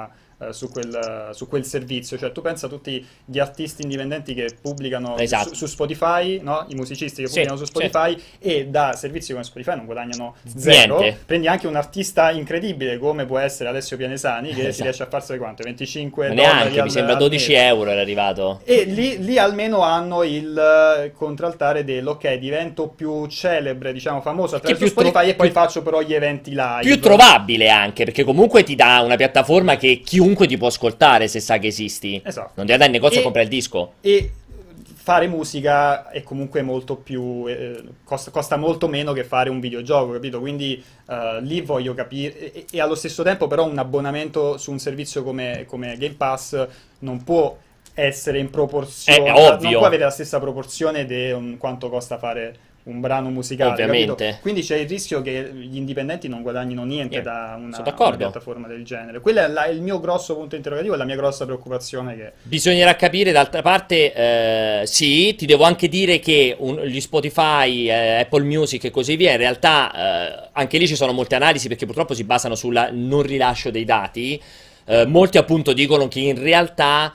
quel servizio. Cioè tu pensa a tutti gli artisti indipendenti che pubblicano Esatto. su Spotify, no? I musicisti che Sì, pubblicano su Spotify, e da servizi come Spotify non guadagnano zero. Niente. Prendi anche un artista incredibile come può essere Alessio Pianesani, che si Esatto. riesce a farsene quanto? 25 Ma dollari neanche, mi sembra al 12 mese. euro era arrivato. E lì almeno hanno il contraltare ok, divento più celebre, diciamo famoso attraverso più Spotify, e poi più- faccio però gli eventi live. Più trovabile anche, perché comunque ti dà una piattaforma che chiunque ti può ascoltare se sa che esisti. Esatto. Non devi andare in negozio a E- comprare il disco. E fare musica è comunque molto più costa molto meno che fare un videogioco, capito? Quindi lì voglio capire, e allo stesso tempo però un abbonamento su un servizio come Game Pass non può essere in proporzione, È ovvio. non può avere la stessa proporzione di quanto costa fare un brano musicale, Ovviamente. capito? Quindi c'è il rischio che gli indipendenti non guadagnino niente da sono una d'accordo. piattaforma del genere. Quello è il mio grosso punto interrogativo e la mia grossa preoccupazione, che Bisognerà capire, d'altra parte, sì, ti devo anche dire che gli Spotify, Apple Music e così via, in realtà anche lì ci sono molte analisi perché purtroppo si basano sul non rilascio dei dati. Molti appunto dicono che in realtà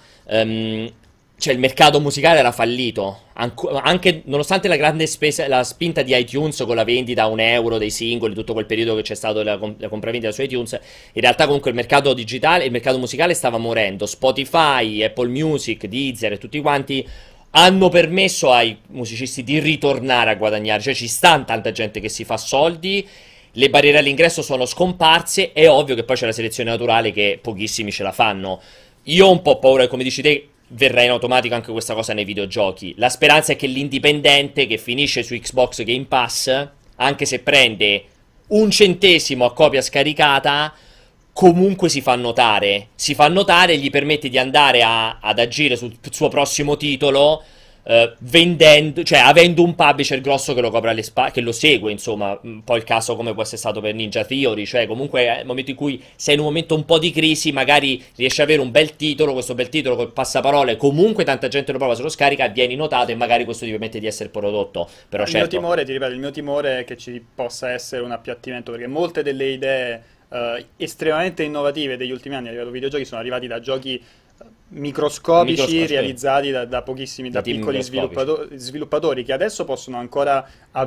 cioè il mercato musicale era fallito, anche nonostante la grande spesa, la spinta di iTunes con la vendita a €1 dei singoli, tutto quel periodo che c'è stato la compravendita su iTunes, in realtà comunque il mercato digitale, il mercato musicale stava morendo. Spotify, Apple Music, Deezer e tutti quanti hanno permesso ai musicisti di ritornare a guadagnare, cioè ci sta tanta gente che si fa soldi. Le barriere all'ingresso sono scomparse, è ovvio che poi c'è la selezione naturale che pochissimi ce la fanno. Io ho un po' paura, come dici te, verrà in automatico anche questa cosa nei videogiochi. La speranza è che l'indipendente che finisce su Xbox Game Pass, anche se prende un centesimo a copia scaricata, comunque si fa notare. Si fa notare e gli permette di andare ad agire sul suo prossimo titolo, vendendo, cioè avendo un publisher grosso che lo copre alle spalle, che lo segue, insomma. Un po' il caso come può essere stato per Ninja Theory, cioè comunque nel momento in cui sei in un momento un po' di crisi, magari riesci ad avere un bel titolo, questo bel titolo col passaparole, comunque tanta gente lo prova, se lo scarica, vieni notato e magari questo ti permette di essere prodotto. Però il mio certo, timore, ti ripeto, il mio timore è che ci possa essere un appiattimento, perché molte delle idee estremamente innovative degli ultimi anni a livello videogiochi sono arrivati da giochi microscopici realizzati da pochissimi, da team piccoli sviluppatori che adesso possono ancora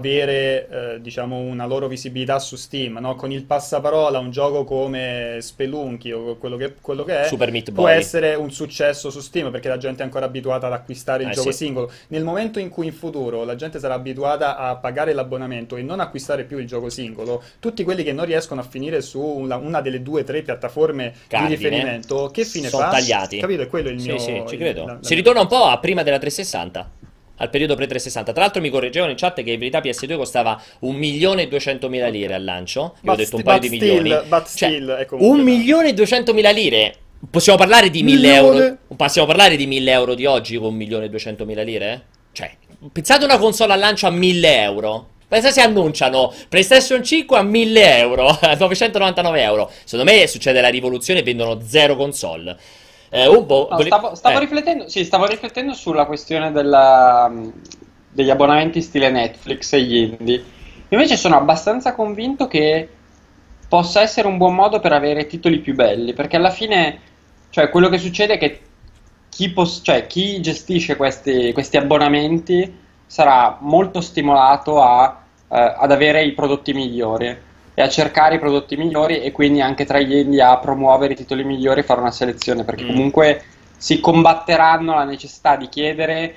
avere diciamo una loro visibilità su Steam, no? Con il passaparola un gioco come Spelunky o quello che è Super Meat può Boy. essere un successo su Steam perché la gente è ancora abituata ad acquistare il gioco sì. singolo. Nel momento in cui in futuro la gente sarà abituata a pagare l'abbonamento e non acquistare più il gioco singolo, tutti quelli che non riescono a finire su una delle 2 o 3 piattaforme Cardine. di riferimento, che fine Sono fa? tagliati. Capito? È quello il mio... Sì, ci credo. la Si ritorna un po' a prima della 360. al periodo pre-360. Tra l'altro mi correggevano in chat che in verità PS2 costava 1.200.000 lire al lancio. Io ho detto un paio di milioni. But Cioè, still, è comunque 1.200.000 lire. Possiamo parlare di 1.000 euro? Possiamo parlare di 1.000 euro di oggi con 1.200.000 lire? Cioè, pensate una console al lancio a 1.000 euro. Pensa se annunciano PlayStation 5 a 1.000 euro, a 999 euro. Secondo me succede la rivoluzione e vendono zero console. Stavo riflettendo sulla questione degli abbonamenti stile Netflix e gli indie. Invece sono abbastanza convinto che possa essere un buon modo per avere titoli più belli, perché alla fine, cioè, quello che succede è che chi gestisce questi abbonamenti sarà molto stimolato ad avere i prodotti migliori e a cercare i prodotti migliori, e quindi anche tra gli indie a promuovere i titoli migliori e fare una selezione, perché comunque si combatteranno la necessità di chiedere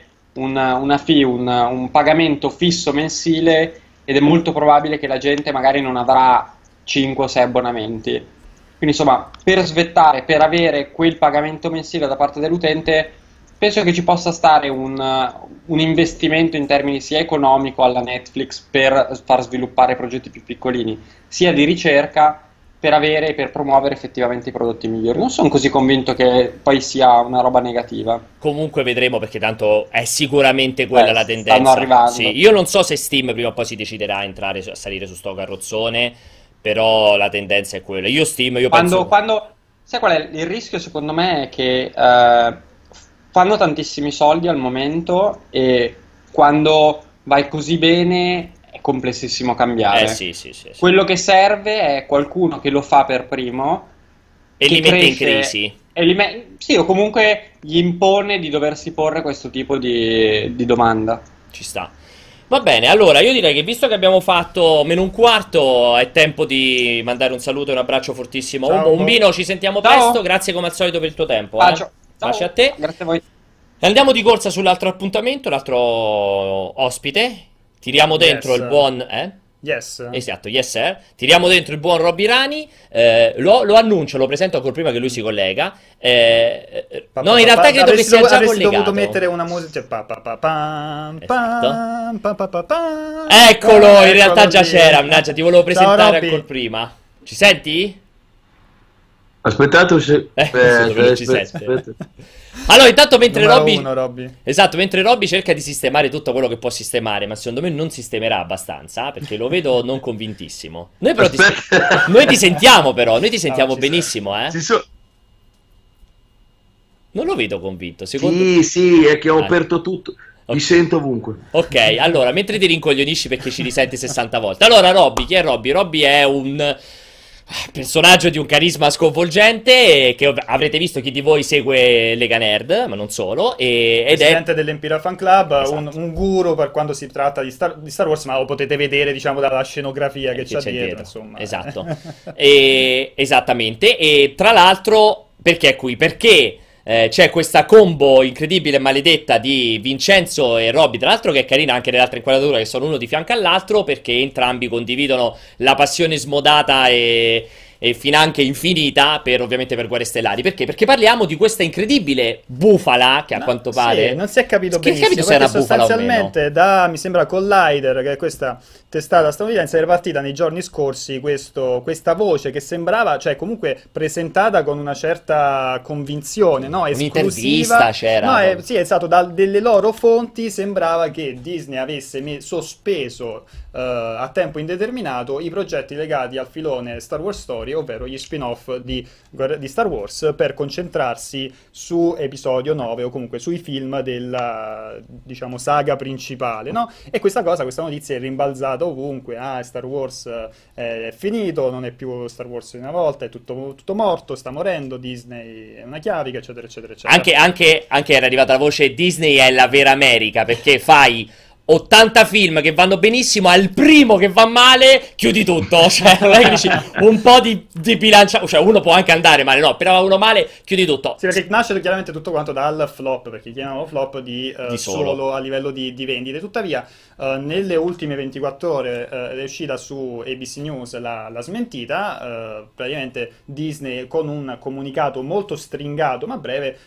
un pagamento fisso mensile, ed è molto probabile che la gente magari non avrà 5 o 6 abbonamenti. Quindi insomma, per svettare, per avere quel pagamento mensile da parte dell'utente, penso che ci possa stare un investimento in termini sia economico alla Netflix per far sviluppare progetti più piccolini, sia di ricerca per promuovere effettivamente i prodotti migliori. Non sono così convinto che poi sia una roba negativa. Comunque vedremo, perché tanto è sicuramente quella la tendenza. Stanno arrivando. Sì, io non so se Steam prima o poi si deciderà a salire su sto carrozzone, però la tendenza è quella. Penso... Sai qual è il rischio, secondo me? È che fanno tantissimi soldi al momento, e quando vai così bene è complessissimo cambiare. Sì. Quello che serve è qualcuno che lo fa per primo e che li mette in cresce crisi. Sì, o comunque gli impone di doversi porre questo tipo di domanda. Ci sta. Va bene, allora io direi che visto che abbiamo fatto meno un quarto, è tempo di mandare un saluto e un abbraccio fortissimo. Ciao. Umbino, ci sentiamo Ciao. presto. Grazie come al solito per il tuo tempo. Ciao. Baci a te. Grazie a voi. Andiamo di corsa sull'altro appuntamento, l'altro ospite. Tiriamo dentro Yes. Il buon... Yes. Esatto, yes sir. Tiriamo dentro il buon Robby Rani. Lo annuncio, lo presento ancora prima che lui si collega. No, in realtà credo che sia già avresti dovuto collegato. mettere una musica, cioè, Eccolo, in realtà Eccolo già lì. c'era. Mannaggia, ti volevo presentare Robby. ancora prima. Ci senti? Aspettate, ci sente. Allora, intanto mentre Numero Robby... uno, Robby. Esatto, mentre Robby cerca di sistemare tutto quello che può sistemare, ma secondo me non sistemerà abbastanza, perché lo vedo non convintissimo. Noi però noi ti sentiamo però, noi ti sentiamo ci benissimo, eh? Non lo vedo convinto, secondo... Sì, è che ho Ah. aperto tutto. Ok. Mi sento ovunque. Ok, allora, mentre ti rincoglionisci perché ci risenti 60 volte. Allora, Robby, chi è Robby? Robby è un personaggio di un carisma sconvolgente che avrete visto, chi di voi segue Lega Nerd, ma non solo, ed è... Presidente dell'Empira Fan Club, Esatto. un guru per quando si tratta di Star Wars, ma lo potete vedere, diciamo, dalla scenografia che c'è dietro, insomma. Esatto. Esattamente. E tra l'altro, perché è qui? Perché c'è questa combo incredibile e maledetta di Vincenzo e Robby, tra l'altro, che è carina anche nell'altra inquadratura, che sono uno di fianco all'altro, perché entrambi condividono la passione smodata e finanche infinita ovviamente per Guerre Stellari. Perché? Perché parliamo di questa incredibile bufala che a quanto pare... Sì, non si è capito Che benissimo, capito se è perché una bufala o meno. sostanzialmente mi sembra Collider, che è questa testata statunitense, era partita nei giorni scorsi questa voce che sembrava, cioè comunque presentata con una certa convinzione, no? Un'intervista Esclusiva. c'era. No, sì, è stato delle loro fonti, sembrava che Disney avesse sospeso a tempo indeterminato i progetti legati al filone Star Wars Story, ovvero gli spin-off di Star Wars, per concentrarsi su episodio 9 o comunque sui film della, diciamo, saga principale, no? E questa notizia è rimbalzata ovunque. Star Wars è finito, non è più Star Wars di una volta, è tutto morto, sta morendo, Disney è una chiavica, eccetera, eccetera, eccetera. Anche era arrivata la voce: Disney è la vera America, perché fai 80 film che vanno benissimo, al primo che va male chiudi tutto, cioè non è che dici un po' di bilancia, cioè uno può anche andare male, no, però va uno male chiudi tutto. Sì, perché nasce chiaramente tutto quanto dal flop, perché chiamano flop di solo a livello di vendite. Tuttavia nelle ultime 24 ore è uscita su ABC News la smentita. Praticamente Disney, con un comunicato molto stringato ma breve,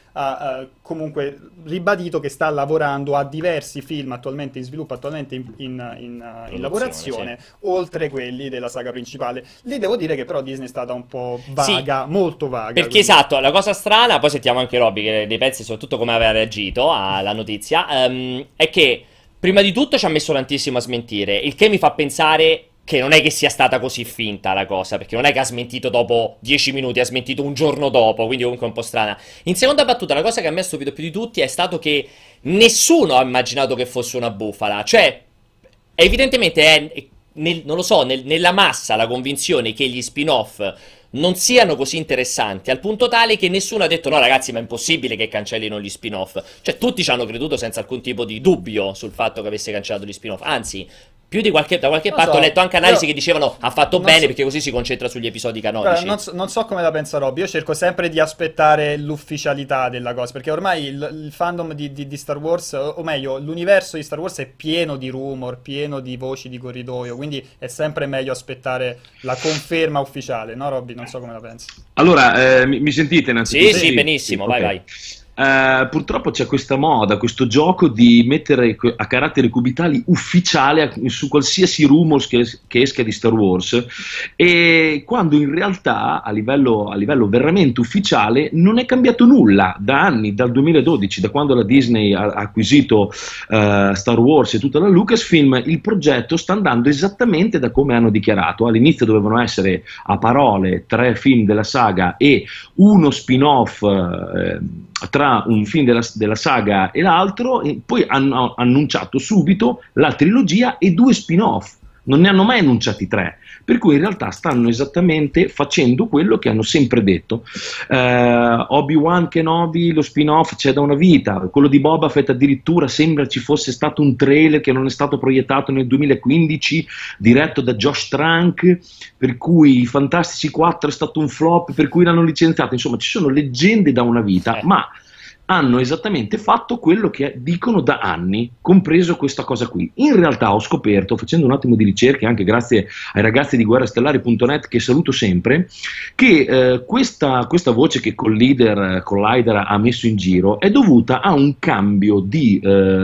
ha comunque ribadito che sta lavorando a diversi film attualmente in sviluppo, attualmente in lavorazione, sì. oltre quelli della saga principale. Lì devo dire che però Disney è stata un po' vaga, Sì, molto vaga. perché Quindi... esatto, la cosa strana, poi sentiamo anche Robby che ne pensi soprattutto come aveva reagito alla notizia, è che prima di tutto ci ha messo tantissimo a smentire, il che mi fa pensare che non è che sia stata così finta la cosa, perché non è che ha smentito dopo 10 minuti, ha smentito un giorno dopo, quindi comunque è un po' strana. In seconda battuta, la cosa che a me ha stupito più di tutti è stato che nessuno ha immaginato che fosse una bufala, cioè evidentemente è non lo so, nella massa la convinzione che gli spin-off non siano così interessanti, al punto tale che nessuno ha detto no ragazzi ma è impossibile che cancellino gli spin-off, cioè tutti ci hanno creduto senza alcun tipo di dubbio sul fatto che avesse cancellato gli spin-off, anzi più di da qualche Non parte ho so, letto anche analisi io che dicevano ha fatto non bene so. perché così si concentra sugli episodi Guarda, canonici. non so come la pensa Robby, io cerco sempre di aspettare l'ufficialità della cosa, perché ormai il fandom di Star Wars, o meglio, l'universo di Star Wars è pieno di rumor, pieno di voci di corridoio, quindi è sempre meglio aspettare la conferma ufficiale, no Robby? Non so come la pensi. Allora, mi sentite innanzitutto? Sì, sì, benissimo, vai, ok. vai. Purtroppo c'è questa moda, questo gioco di mettere a caratteri cubitali ufficiale su qualsiasi rumors che esca di Star Wars, e quando in realtà a livello veramente ufficiale non è cambiato nulla da anni, dal 2012, da quando la Disney ha acquisito Star Wars e tutta la Lucasfilm. Il progetto sta andando esattamente da come hanno dichiarato. All'inizio dovevano essere a parole 3 film della saga e uno spin-off tra un film della saga e l'altro, e poi hanno annunciato subito la trilogia e 2 spin-off. Non ne hanno mai annunciati 3, per cui in realtà stanno esattamente facendo quello che hanno sempre detto. Obi-Wan Kenobi, lo spin-off c'è da una vita, quello di Boba Fett addirittura sembra ci fosse stato un trailer che non è stato proiettato nel 2015, diretto da Josh Trank, per cui i Fantastici 4 è stato un flop, per cui l'hanno licenziato. Insomma, ci sono leggende da una vita, ma hanno esattamente fatto quello che dicono da anni, compreso questa cosa qui. In realtà ho scoperto, facendo un attimo di ricerche, anche grazie ai ragazzi di guerrastellari.net, che saluto sempre, che questa voce che Collider ha messo in giro è dovuta a un cambio di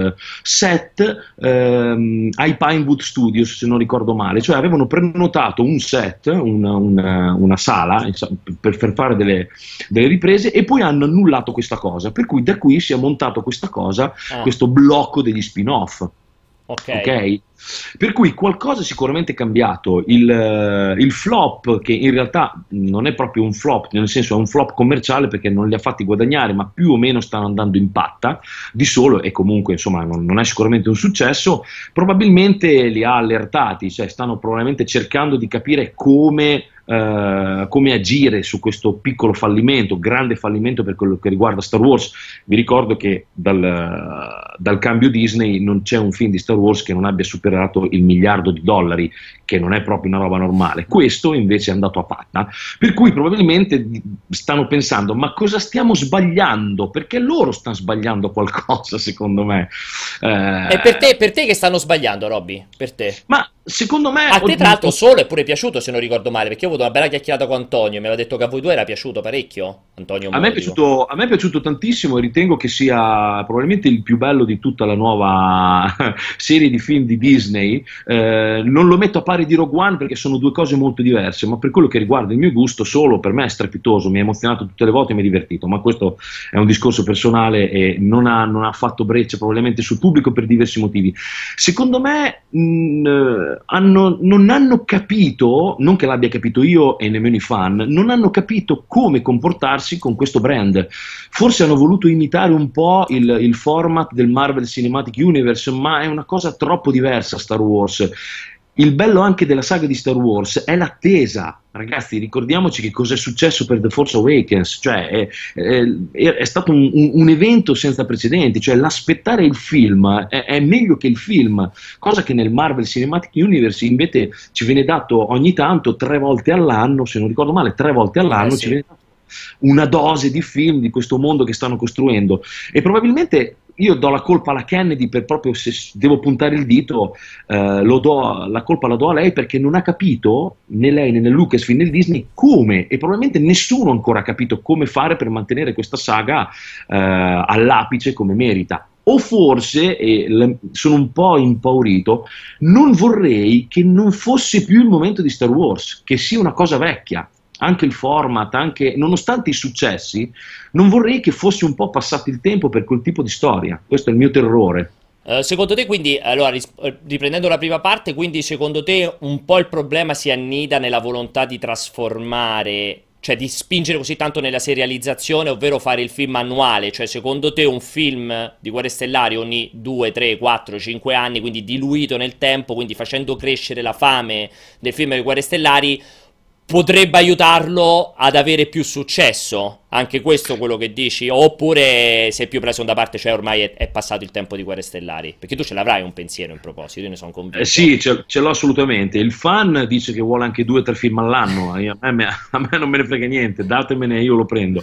set ai Pinewood Studios, se non ricordo male. Cioè avevano prenotato un set, una sala per fare delle riprese, e poi hanno annullato questa cosa, per cui da qui si è montato questa cosa, questo blocco degli spin-off. Ok? Per cui qualcosa sicuramente è cambiato. Il flop, che in realtà non è proprio un flop, nel senso è un flop commerciale perché non li ha fatti guadagnare, ma più o meno stanno andando in patta di solo, e comunque insomma non è sicuramente un successo. Probabilmente li ha allertati, cioè stanno probabilmente cercando di capire come agire su questo piccolo fallimento, grande fallimento per quello che riguarda Star Wars. Vi ricordo che dal cambio Disney non c'è un film di Star Wars che non abbia superato il $1 miliardo, che non è proprio una roba normale. Questo invece è andato a patta, per cui probabilmente stanno pensando: ma cosa stiamo sbagliando? Perché loro stanno sbagliando qualcosa, secondo me. E per te che stanno sbagliando, Robby? Per te? Ma secondo me a te tra l'altro solo è pure piaciuto, se non ricordo male, perché io ho avuto una bella chiacchierata con Antonio, mi aveva detto che a voi due era piaciuto parecchio, Antonio a me è piaciuto tantissimo, e ritengo che sia probabilmente il più bello di tutta la nuova serie di film di Disney. Non lo metto a pari di Rogue One perché sono 2 cose molto diverse, ma per quello che riguarda il mio gusto, solo per me è strepitoso, mi ha emozionato tutte le volte e mi ha divertito, ma questo è un discorso personale e non ha fatto breccia probabilmente sul pubblico per diversi motivi. Secondo me non hanno capito, non che l'abbia capito io e nemmeno i fan, non hanno capito come comportarsi con questo brand. Forse hanno voluto imitare un po' il format del Marvel Cinematic Universe, ma è una cosa troppo diversa Star Wars. Il bello anche della saga di Star Wars è l'attesa. Ragazzi, ricordiamoci che cosa è successo per The Force Awakens, cioè è stato un evento senza precedenti, cioè l'aspettare il film è meglio che il film, cosa che nel Marvel Cinematic Universe invece ci viene dato ogni tanto, 3 volte all'anno, se non ricordo male, 3 volte all'anno sì. ci viene dato una dose di film di questo mondo che stanno costruendo, e probabilmente io do la colpa alla Kennedy per proprio, se devo puntare il dito, la colpa la do a lei perché non ha capito, né lei né Lucasfilm né Disney, come, e probabilmente nessuno ancora ha capito come fare per mantenere questa saga all'apice come merita. O forse, e sono un po' impaurito, non vorrei che non fosse più il momento di Star Wars, che sia una cosa vecchia. Anche il format, nonostante i successi, non vorrei che fosse un po' passato il tempo per quel tipo di storia. Questo è il mio terrore. Secondo te, quindi, allora, riprendendo la prima parte, quindi secondo te un po' il problema si annida nella volontà di trasformare, cioè di spingere così tanto nella serializzazione, ovvero fare il film annuale? Cioè, secondo te un film di Guerre Stellari ogni 2, 3, 4, 5 anni, quindi diluito nel tempo, quindi facendo crescere la fame del film di Guerre Stellari, potrebbe aiutarlo ad avere più successo? Anche questo è quello che dici? Oppure sei più preso da parte, cioè ormai è passato il tempo di Guerre Stellari? Perché tu ce l'avrai un pensiero in proposito, io ne sono convinto. Sì, ce l'ho assolutamente. Il fan dice che vuole anche 2 o 3 film all'anno, a me non me ne frega niente, datemene, io lo prendo.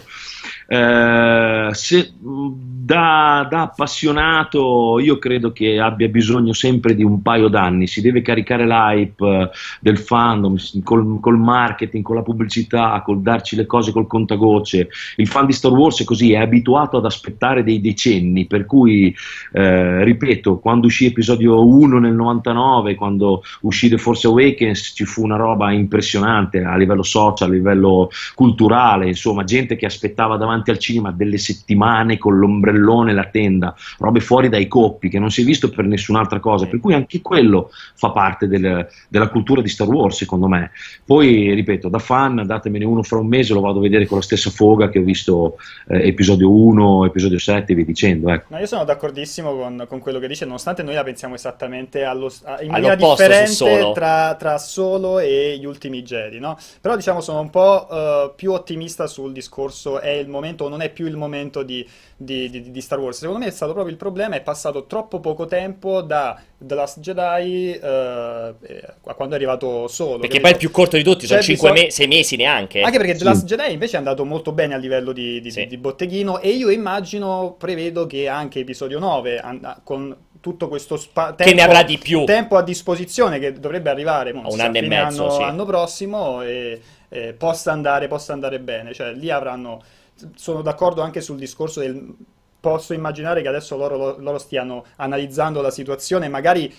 Da appassionato io credo che abbia bisogno sempre di un paio d'anni, si deve caricare l'hype del fandom col marketing, con la pubblicità, col darci le cose col contagocce. Il fan di Star Wars è così, è abituato ad aspettare dei decenni, per cui ripeto, quando uscì episodio 1 nel 99, quando uscì The Force Awakens, ci fu una roba impressionante a livello social, a livello culturale, insomma, gente che aspettava davanti al cinema delle settimane con l'ombrellone e la tenda, robe fuori dai coppi che non si è visto per nessun'altra cosa, per cui anche quello fa parte della cultura di Star Wars, secondo me. Poi ripeto, da fan datemene uno fra un mese, lo vado a vedere con la stessa foga che ho visto episodio 1, episodio 7 e via dicendo, ecco. No, io sono d'accordissimo con quello che dice, nonostante noi la pensiamo esattamente in maniera differente tra Solo e gli ultimi Jedi, no? Però diciamo sono un po' più ottimista sul discorso è il momento o non è più il momento di Star Wars. Secondo me è stato proprio il problema, è passato troppo poco tempo da The Last Jedi a quando è arrivato Solo. Perché poi è il più corto di tutti, sono 6 mesi neanche. Anche perché The Last Jedi invece è andato molto bene a livello di botteghino, e io prevedo che anche episodio 9 con tutto questo tempo, che ne avrà di più, tempo a disposizione, che dovrebbe arrivare a un anno e mezzo, anno prossimo, e possa andare bene, cioè lì sono d'accordo anche sul discorso posso immaginare che adesso loro stiano analizzando la situazione, magari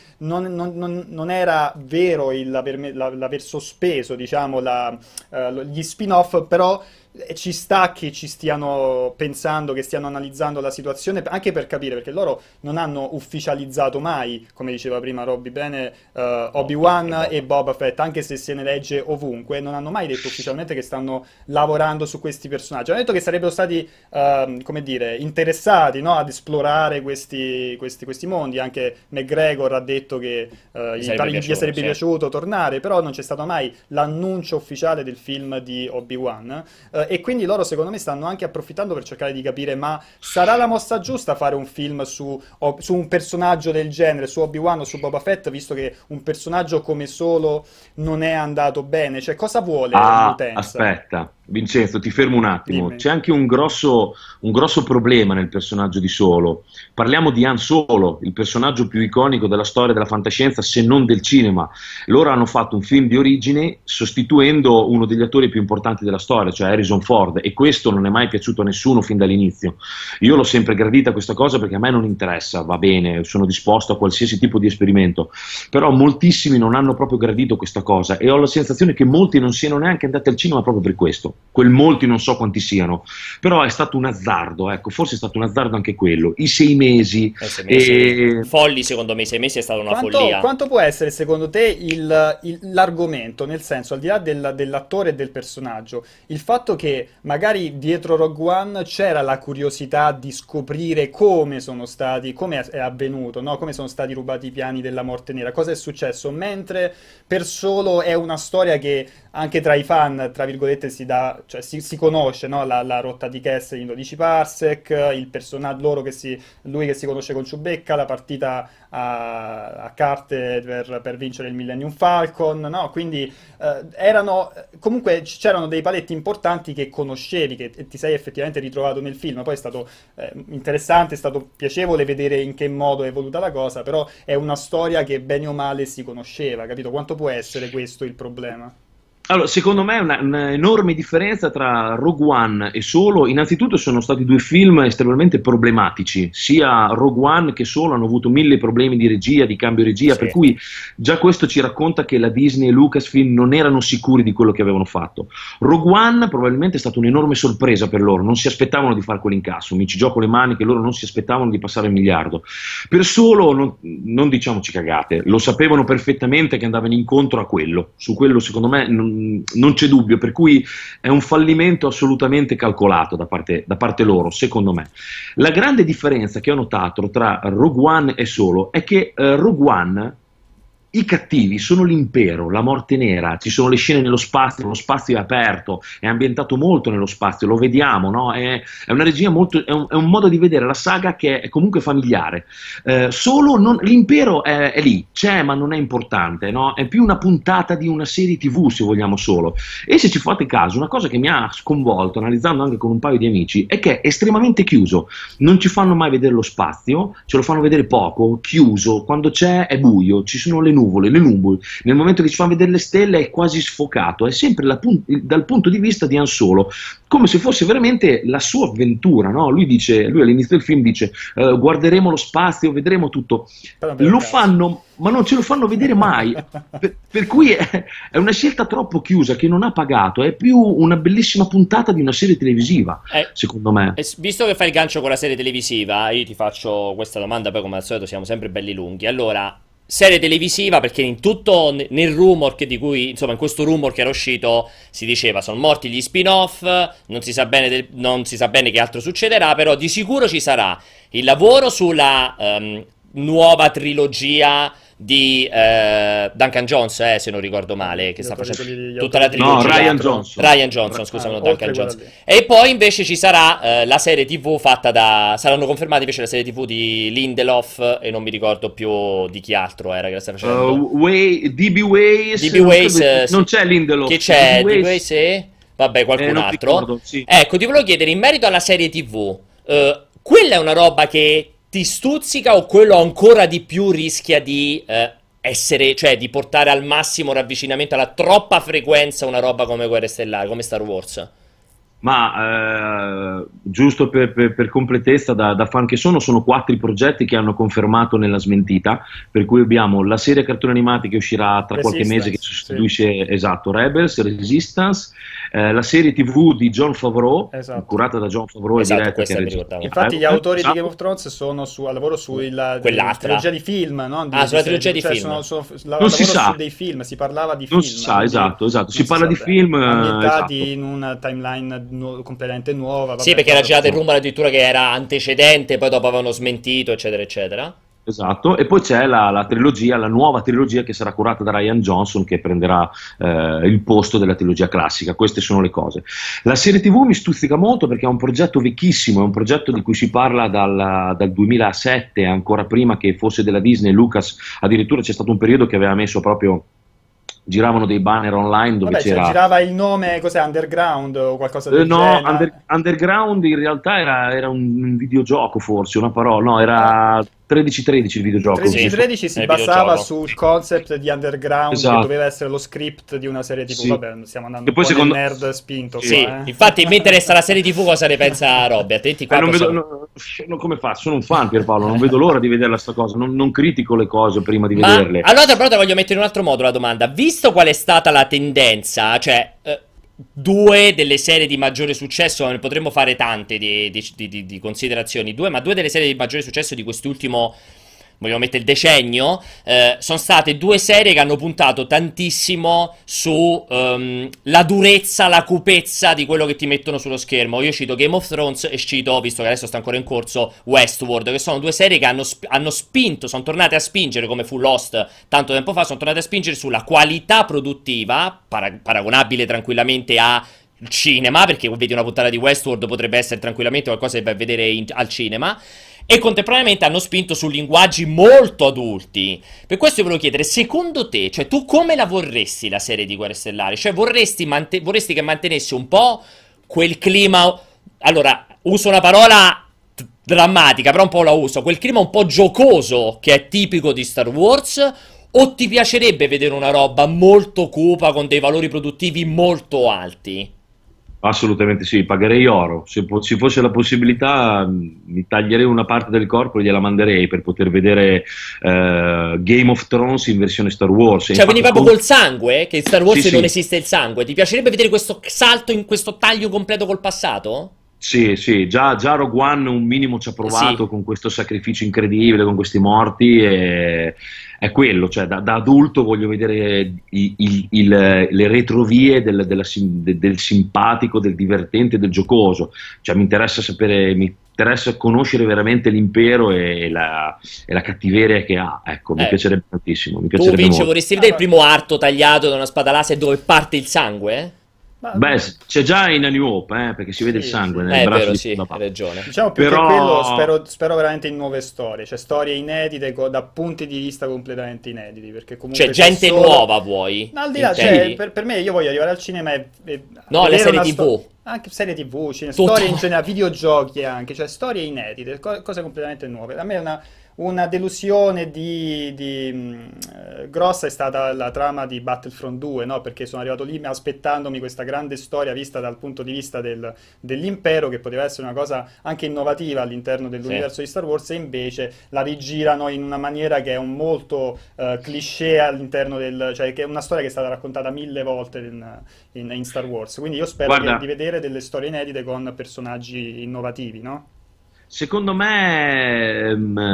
non era vero l'aver sospeso, diciamo, gli spin-off, però ci sta che ci stiano pensando, che stiano analizzando la situazione, anche per capire, perché loro non hanno ufficializzato mai, come diceva prima Robby bene, Obi-Wan e Boba Fett, anche se se ne legge ovunque, non hanno mai detto ufficialmente che stanno lavorando su questi personaggi. Hanno detto che sarebbero stati, come dire, interessati, no, ad esplorare questi mondi. Anche McGregor ha detto che gli sarebbe piaciuto tornare, però non c'è stato mai l'annuncio ufficiale del film di Obi-Wan. E quindi loro secondo me stanno anche approfittando per cercare di capire, ma sarà la mossa giusta fare un film su un personaggio del genere, su Obi-Wan o su Boba Fett, visto che un personaggio come Solo non è andato bene? Cioè, cosa vuole l'utenza? Aspetta, Vincenzo, ti fermo un attimo. Dimmi. C'è anche un grosso problema nel personaggio di Solo. Parliamo di Han Solo, il personaggio più iconico della storia della fantascienza, se non del cinema. Loro hanno fatto un film di origine sostituendo uno degli attori più importanti della storia, cioè Harrison Ford, e questo non è mai piaciuto a nessuno fin dall'inizio. Io l'ho sempre gradita questa cosa perché a me non interessa, va bene, sono disposto a qualsiasi tipo di esperimento, però moltissimi non hanno proprio gradito questa cosa, e ho la sensazione che molti non siano neanche andati al cinema proprio per questo. Quel molti non so quanti siano, però è stato un azzardo, ecco, forse è stato un azzardo anche quello. I 6 mesi, folli, secondo me i 6 mesi è stata una follia. Quanto può essere secondo te l'argomento, nel senso, al di là dell'attore e del personaggio, il fatto che magari dietro Rogue One c'era la curiosità di scoprire come è avvenuto, no? Come sono stati rubati i piani della Morte Nera, cosa è successo, mentre per Solo è una storia che anche tra i fan, tra virgolette, si dà storia, cioè si conosce, no? La rotta di Kessel in 12 parsec, il personaggio lui che si conosce con Ciubecca, la partita a carte per vincere il Millennium Falcon, no? Quindi comunque c'erano dei paletti importanti che conoscevi, che ti sei effettivamente ritrovato nel film. Poi è stato interessante, è stato piacevole vedere in che modo è evoluta la cosa, però è una storia che bene o male si conosceva, capito? Quanto può essere questo il problema? Allora, secondo me è una enorme differenza tra Rogue One e Solo. Innanzitutto sono stati due film estremamente problematici, sia Rogue One che Solo hanno avuto 1000 problemi di regia, di cambio regia, Sì. per cui già questo ci racconta che la Disney e Lucasfilm non erano sicuri di quello che avevano fatto. Rogue One probabilmente è stata un'enorme sorpresa per loro, non si aspettavano di fare quell'incasso, mi ci gioco le mani che loro non si aspettavano di passare il miliardo. Per Solo non diciamoci cagate, lo sapevano perfettamente che andavano incontro a quello, su quello secondo me non c'è dubbio, per cui è un fallimento assolutamente calcolato da parte loro, secondo me. La grande differenza che ho notato tra Rogue One e Solo è che Rogue One, i cattivi sono l'impero, la morte nera, ci sono le scene nello spazio, lo spazio è aperto, è ambientato molto nello spazio, lo vediamo, no? È una regia molto, è un modo di vedere la saga che è comunque familiare. Solo l'impero è lì, c'è ma non è importante, no? È più una puntata di una serie TV, se vogliamo Solo. E se ci fate caso, una cosa che mi ha sconvolto, analizzando anche con un paio di amici, è che è estremamente chiuso, non ci fanno mai vedere lo spazio, ce lo fanno vedere poco, chiuso, quando c'è è buio, ci sono le nuvole, nel momento che ci fanno vedere le stelle è quasi sfocato, è sempre dal punto di vista di Han Solo, come se fosse veramente la sua avventura, no? Lui all'inizio del film dice guarderemo lo spazio, vedremo tutto, lo fanno ma non ce lo fanno vedere mai, per cui è una scelta troppo chiusa che non ha pagato, è più una bellissima puntata di una serie televisiva, secondo me. Visto che fai il gancio con la serie televisiva, io ti faccio questa domanda, poi come al solito siamo sempre belli lunghi. Allora, serie televisiva, perché in tutto nel rumor di cui, insomma, in questo rumor che era uscito si diceva sono morti gli spin-off, non si sa bene che altro succederà, però di sicuro ci sarà il lavoro sulla nuova trilogia di Duncan Jones, se non ricordo male, che sta facendo tutta la trilogia. No, Ryan Johnson, scusa, non Duncan Jones. E poi invece ci sarà la serie TV fatta saranno confermati invece la serie TV di Lindelof e non mi ricordo più di chi altro era che la sta facendo. DB Weiss, non c'è Lindelof. Chi c'è? DB Weiss e vabbè, qualcun altro. Ricordo, sì. Ecco, ti volevo chiedere in merito alla serie TV, quella è una roba che ti stuzzica o quello ancora di più rischia di essere, cioè di portare al massimo ravvicinamento alla troppa frequenza una roba come Guerre Stellari, come Star Wars? Ma giusto per completezza, da fan che sono 4 i progetti che hanno confermato nella smentita, per cui abbiamo la serie cartoni animati che uscirà tra qualche mese che sostituisce, esatto, Rebels, Resistance, la serie TV di Jon Favreau, curata da Jon Favreau, esatto, e diretta infatti gli autori di Game of Thrones sono al lavoro sulla trilogia di film, no? Sulla trilogia di film. Non si sa su dei film, si parlava di film, non si sa, esatto, si parla di film ambientati in una timeline completamente nuova. Vabbè, sì, perché era girato il rumore addirittura che era antecedente, poi dopo avevano smentito, eccetera, eccetera. Esatto, e poi c'è la trilogia, la nuova trilogia che sarà curata da Ryan Johnson, che prenderà il posto della trilogia classica. Queste sono le cose. La serie TV mi stuzzica molto perché è un progetto vecchissimo, è un progetto di cui si parla dal 2007, ancora prima che fosse della Disney. Lucas addirittura c'è stato un periodo che aveva messo proprio, giravano dei banner online dove c'era... girava il nome, cos'è, Underground o qualcosa del genere? No, Underground in realtà era un videogioco, forse, una parola, no, era 1313 il videogioco. 1313 si basava sul concept di Underground, che doveva essere lo script di una serie TV. Vabbè, stiamo andando un po' nel nerd spinto qua, Infatti mi interessa la serie TV, cosa ne pensa Robert? Come fa? Sono un fan, Pierpaolo, non vedo l'ora di vederla sta cosa, non critico le cose prima di vederle. Allora però te voglio mettere in un altro modo la domanda, visto qual è stata la tendenza, cioè... due delle serie di maggiore successo, ne potremmo fare tante di considerazioni, ma due delle serie di maggiore successo di quest'ultimo, vogliamo mettere il decennio, sono state due serie che hanno puntato tantissimo su la durezza, la cupezza di quello che ti mettono sullo schermo. Io cito Game of Thrones e cito, visto che adesso sta ancora in corso, Westworld, che sono due serie che hanno spinto, sono tornate a spingere, come fu Lost tanto tempo fa, sono tornate a spingere sulla qualità produttiva, paragonabile tranquillamente a cinema, perché vedi una puntata di Westworld potrebbe essere tranquillamente qualcosa che vai a vedere al cinema, e contemporaneamente hanno spinto su linguaggi molto adulti. Per questo io volevo chiedere, secondo te, cioè tu come la vorresti la serie di Guerre Stellari? Cioè vorresti che mantenesse un po' quel clima, allora uso una parola drammatica, però un po' la uso, quel clima un po' giocoso che è tipico di Star Wars, o ti piacerebbe vedere una roba molto cupa con dei valori produttivi molto alti? Assolutamente sì, pagherei oro. Se ci fosse la possibilità, mi taglierei una parte del corpo e gliela manderei per poter vedere Game of Thrones in versione Star Wars. Cioè, quindi proprio col sangue? Che in Star Wars Sì, non sì. esiste il sangue. Ti piacerebbe vedere questo salto, in questo taglio completo col passato? Sì, sì, già Rogue One un minimo ci ha provato Sì. con questo sacrificio incredibile, con questi morti, e è quello, cioè da adulto voglio vedere le retrovie del simpatico, del divertente, del giocoso, cioè mi interessa sapere, mi interessa conoscere veramente l'impero e la cattiveria che ha, ecco, mi piacerebbe tantissimo, mi Tu, piacerebbe Vince, molto. vorresti vedere il primo arto tagliato da una spada laser dove parte il sangue? Beh, c'è già in A New Hope, perché si vede il sangue nel È braccio vero, di sì, Papa. hai ragione. Diciamo più Però- che quello, spero veramente in nuove storie, cioè storie inedite da punti di vista completamente inediti, perché comunque Cioè, gente solo- nuova vuoi? Al di là, Intendi? cioè, per me io voglio arrivare al cinema No, le vedere serie una TV. anche serie TV, Tutto. storie in generale, videogiochi anche, cioè storie inedite, cose completamente nuove. A me una delusione grossa è stata la trama di Battlefront 2, no? Perché sono arrivato lì aspettandomi questa grande storia vista dal punto di vista dell'impero, che poteva essere una cosa anche innovativa all'interno dell'universo di Star Wars, e invece la rigirano in una maniera che è un molto cliché all'interno cioè che è una storia che è stata raccontata 1000 volte in Star Wars. Quindi io spero Guarda, di vedere delle storie inedite con personaggi innovativi, no? secondo me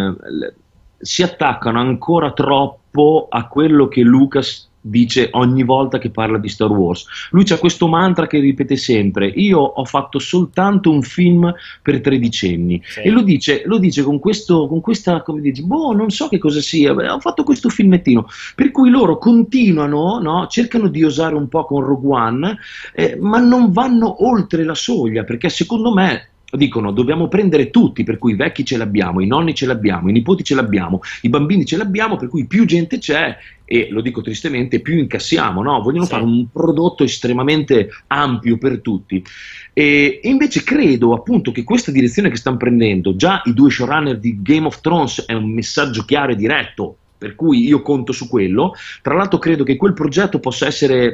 si attaccano ancora troppo a quello che Lucas dice ogni volta che parla di Star Wars. Lui c'ha questo mantra che ripete sempre: io ho fatto soltanto un film per tredicenni. Sì. E lo dice con questa, come dice, boh, non so che cosa sia, beh, ho fatto questo filmettino, per cui loro continuano, no? Cercano di osare un po' con Rogue One, ma non vanno oltre la soglia, perché secondo me dicono dobbiamo prendere tutti, per cui i vecchi ce l'abbiamo, i nonni ce l'abbiamo, i nipoti ce l'abbiamo, i bambini ce l'abbiamo, per cui più gente c'è, e lo dico tristemente, più incassiamo, no? Vogliono Sì. fare un prodotto estremamente ampio per tutti, e invece credo appunto che questa direzione che stanno prendendo, già i due showrunner di Game of Thrones, è un messaggio chiaro e diretto, per cui io conto su quello. Tra l'altro credo che quel progetto possa essere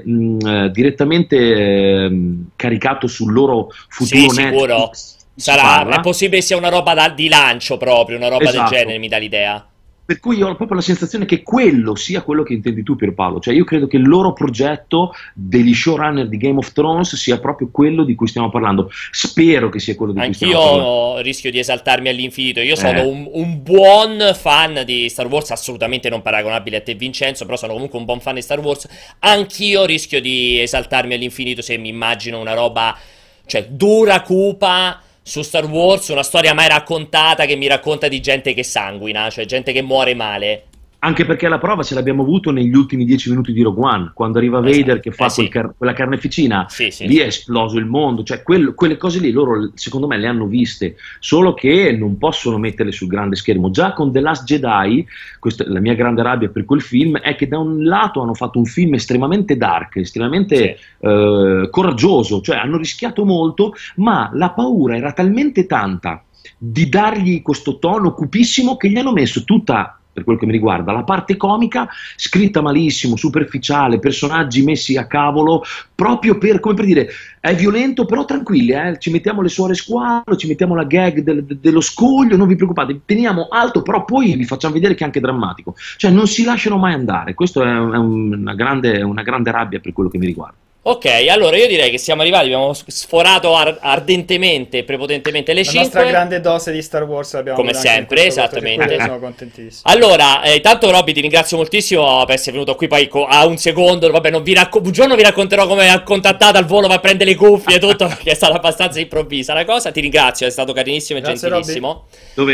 direttamente caricato sul loro futuro Sì, sicuro. Netflix. Si parla. È possibile sia una roba di lancio proprio, una roba del Esatto. genere, mi dà l'idea. Per cui io ho proprio la sensazione che quello sia quello che intendi tu, Pierpaolo. Cioè io credo che il loro progetto degli showrunner di Game of Thrones sia proprio quello di cui stiamo parlando. Spero che sia quello di cui stiamo parlando. Anch'io rischio di esaltarmi all'infinito. Io sono un buon fan di Star Wars, assolutamente non paragonabile a te, Vincenzo, però sono comunque un buon fan di Star Wars. Anch'io rischio di esaltarmi all'infinito se mi immagino una roba, cioè, dura, cupa su Star Wars, una storia mai raccontata che mi racconta di gente che sanguina, cioè gente che muore male. Anche perché la prova ce l'abbiamo avuto negli ultimi 10 minuti di Rogue One, quando arriva Vader che fa sì. quella carneficina, Sì, sì. lì è esploso il mondo, cioè quelle cose lì loro secondo me le hanno viste, solo che non possono metterle sul grande schermo. Già con The Last Jedi, la mia grande rabbia per quel film è che da un lato hanno fatto un film estremamente dark, estremamente coraggioso, cioè hanno rischiato molto, ma la paura era talmente tanta di dargli questo tono cupissimo che gli hanno messo tutta, per quel che mi riguarda, la parte comica scritta malissimo, superficiale, personaggi messi a cavolo, proprio come per dire, è violento però tranquilli, ci mettiamo le suore squalo, ci mettiamo la gag dello scoglio, non vi preoccupate, teniamo alto, però poi vi facciamo vedere che è anche drammatico, cioè non si lasciano mai andare. Questo è una grande rabbia per quello che mi riguarda. Ok, allora io direi che siamo arrivati, abbiamo sforato ardentemente e prepotentemente le La 5. nostra grande dose di Star Wars l'abbiamo Come avuta anche sempre, in questo voto, esattamente. per cui sono contentissimo. Allora, intanto Robby ti ringrazio moltissimo per essere venuto qui poi a un secondo, vabbè, un giorno vi racconterò come ha contattato al volo, va a prendere le cuffie e tutto, perché è stata abbastanza improvvisa la cosa. Ti ringrazio, è stato carinissimo e Grazie, gentilissimo. Dovere.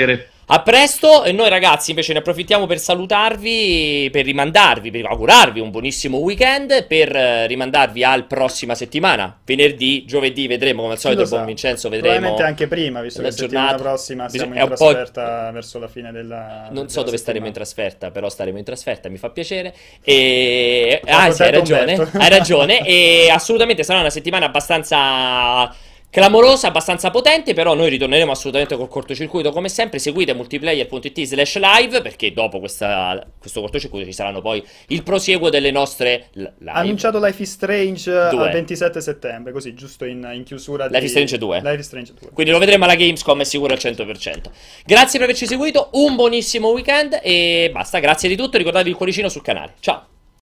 A presto, e noi ragazzi invece ne approfittiamo per salutarvi, per rimandarvi, per augurarvi un buonissimo weekend, per rimandarvi al prossima settimana, venerdì, giovedì, vedremo come al solito, buon Vincenzo, vedremo. Probabilmente anche prima, visto che la settimana prossima siamo in trasferta verso la fine della Non so dove staremo in trasferta, però staremo in trasferta, mi fa piacere. Sì, Hai ragione, e assolutamente sarà una settimana abbastanza clamorosa, abbastanza potente, però noi ritorneremo assolutamente col cortocircuito come sempre. Seguite multiplayer.it/live, perché dopo questo cortocircuito ci saranno poi il prosieguo delle nostre live. Annunciato Life is Strange al 27 settembre, così giusto in chiusura di Life is Strange 2. Life is Strange 2. Quindi lo vedremo alla Gamescom, è sicuro al 100%. Grazie per averci seguito, un buonissimo weekend e basta, grazie di tutto, ricordatevi il cuoricino sul canale. Ciao!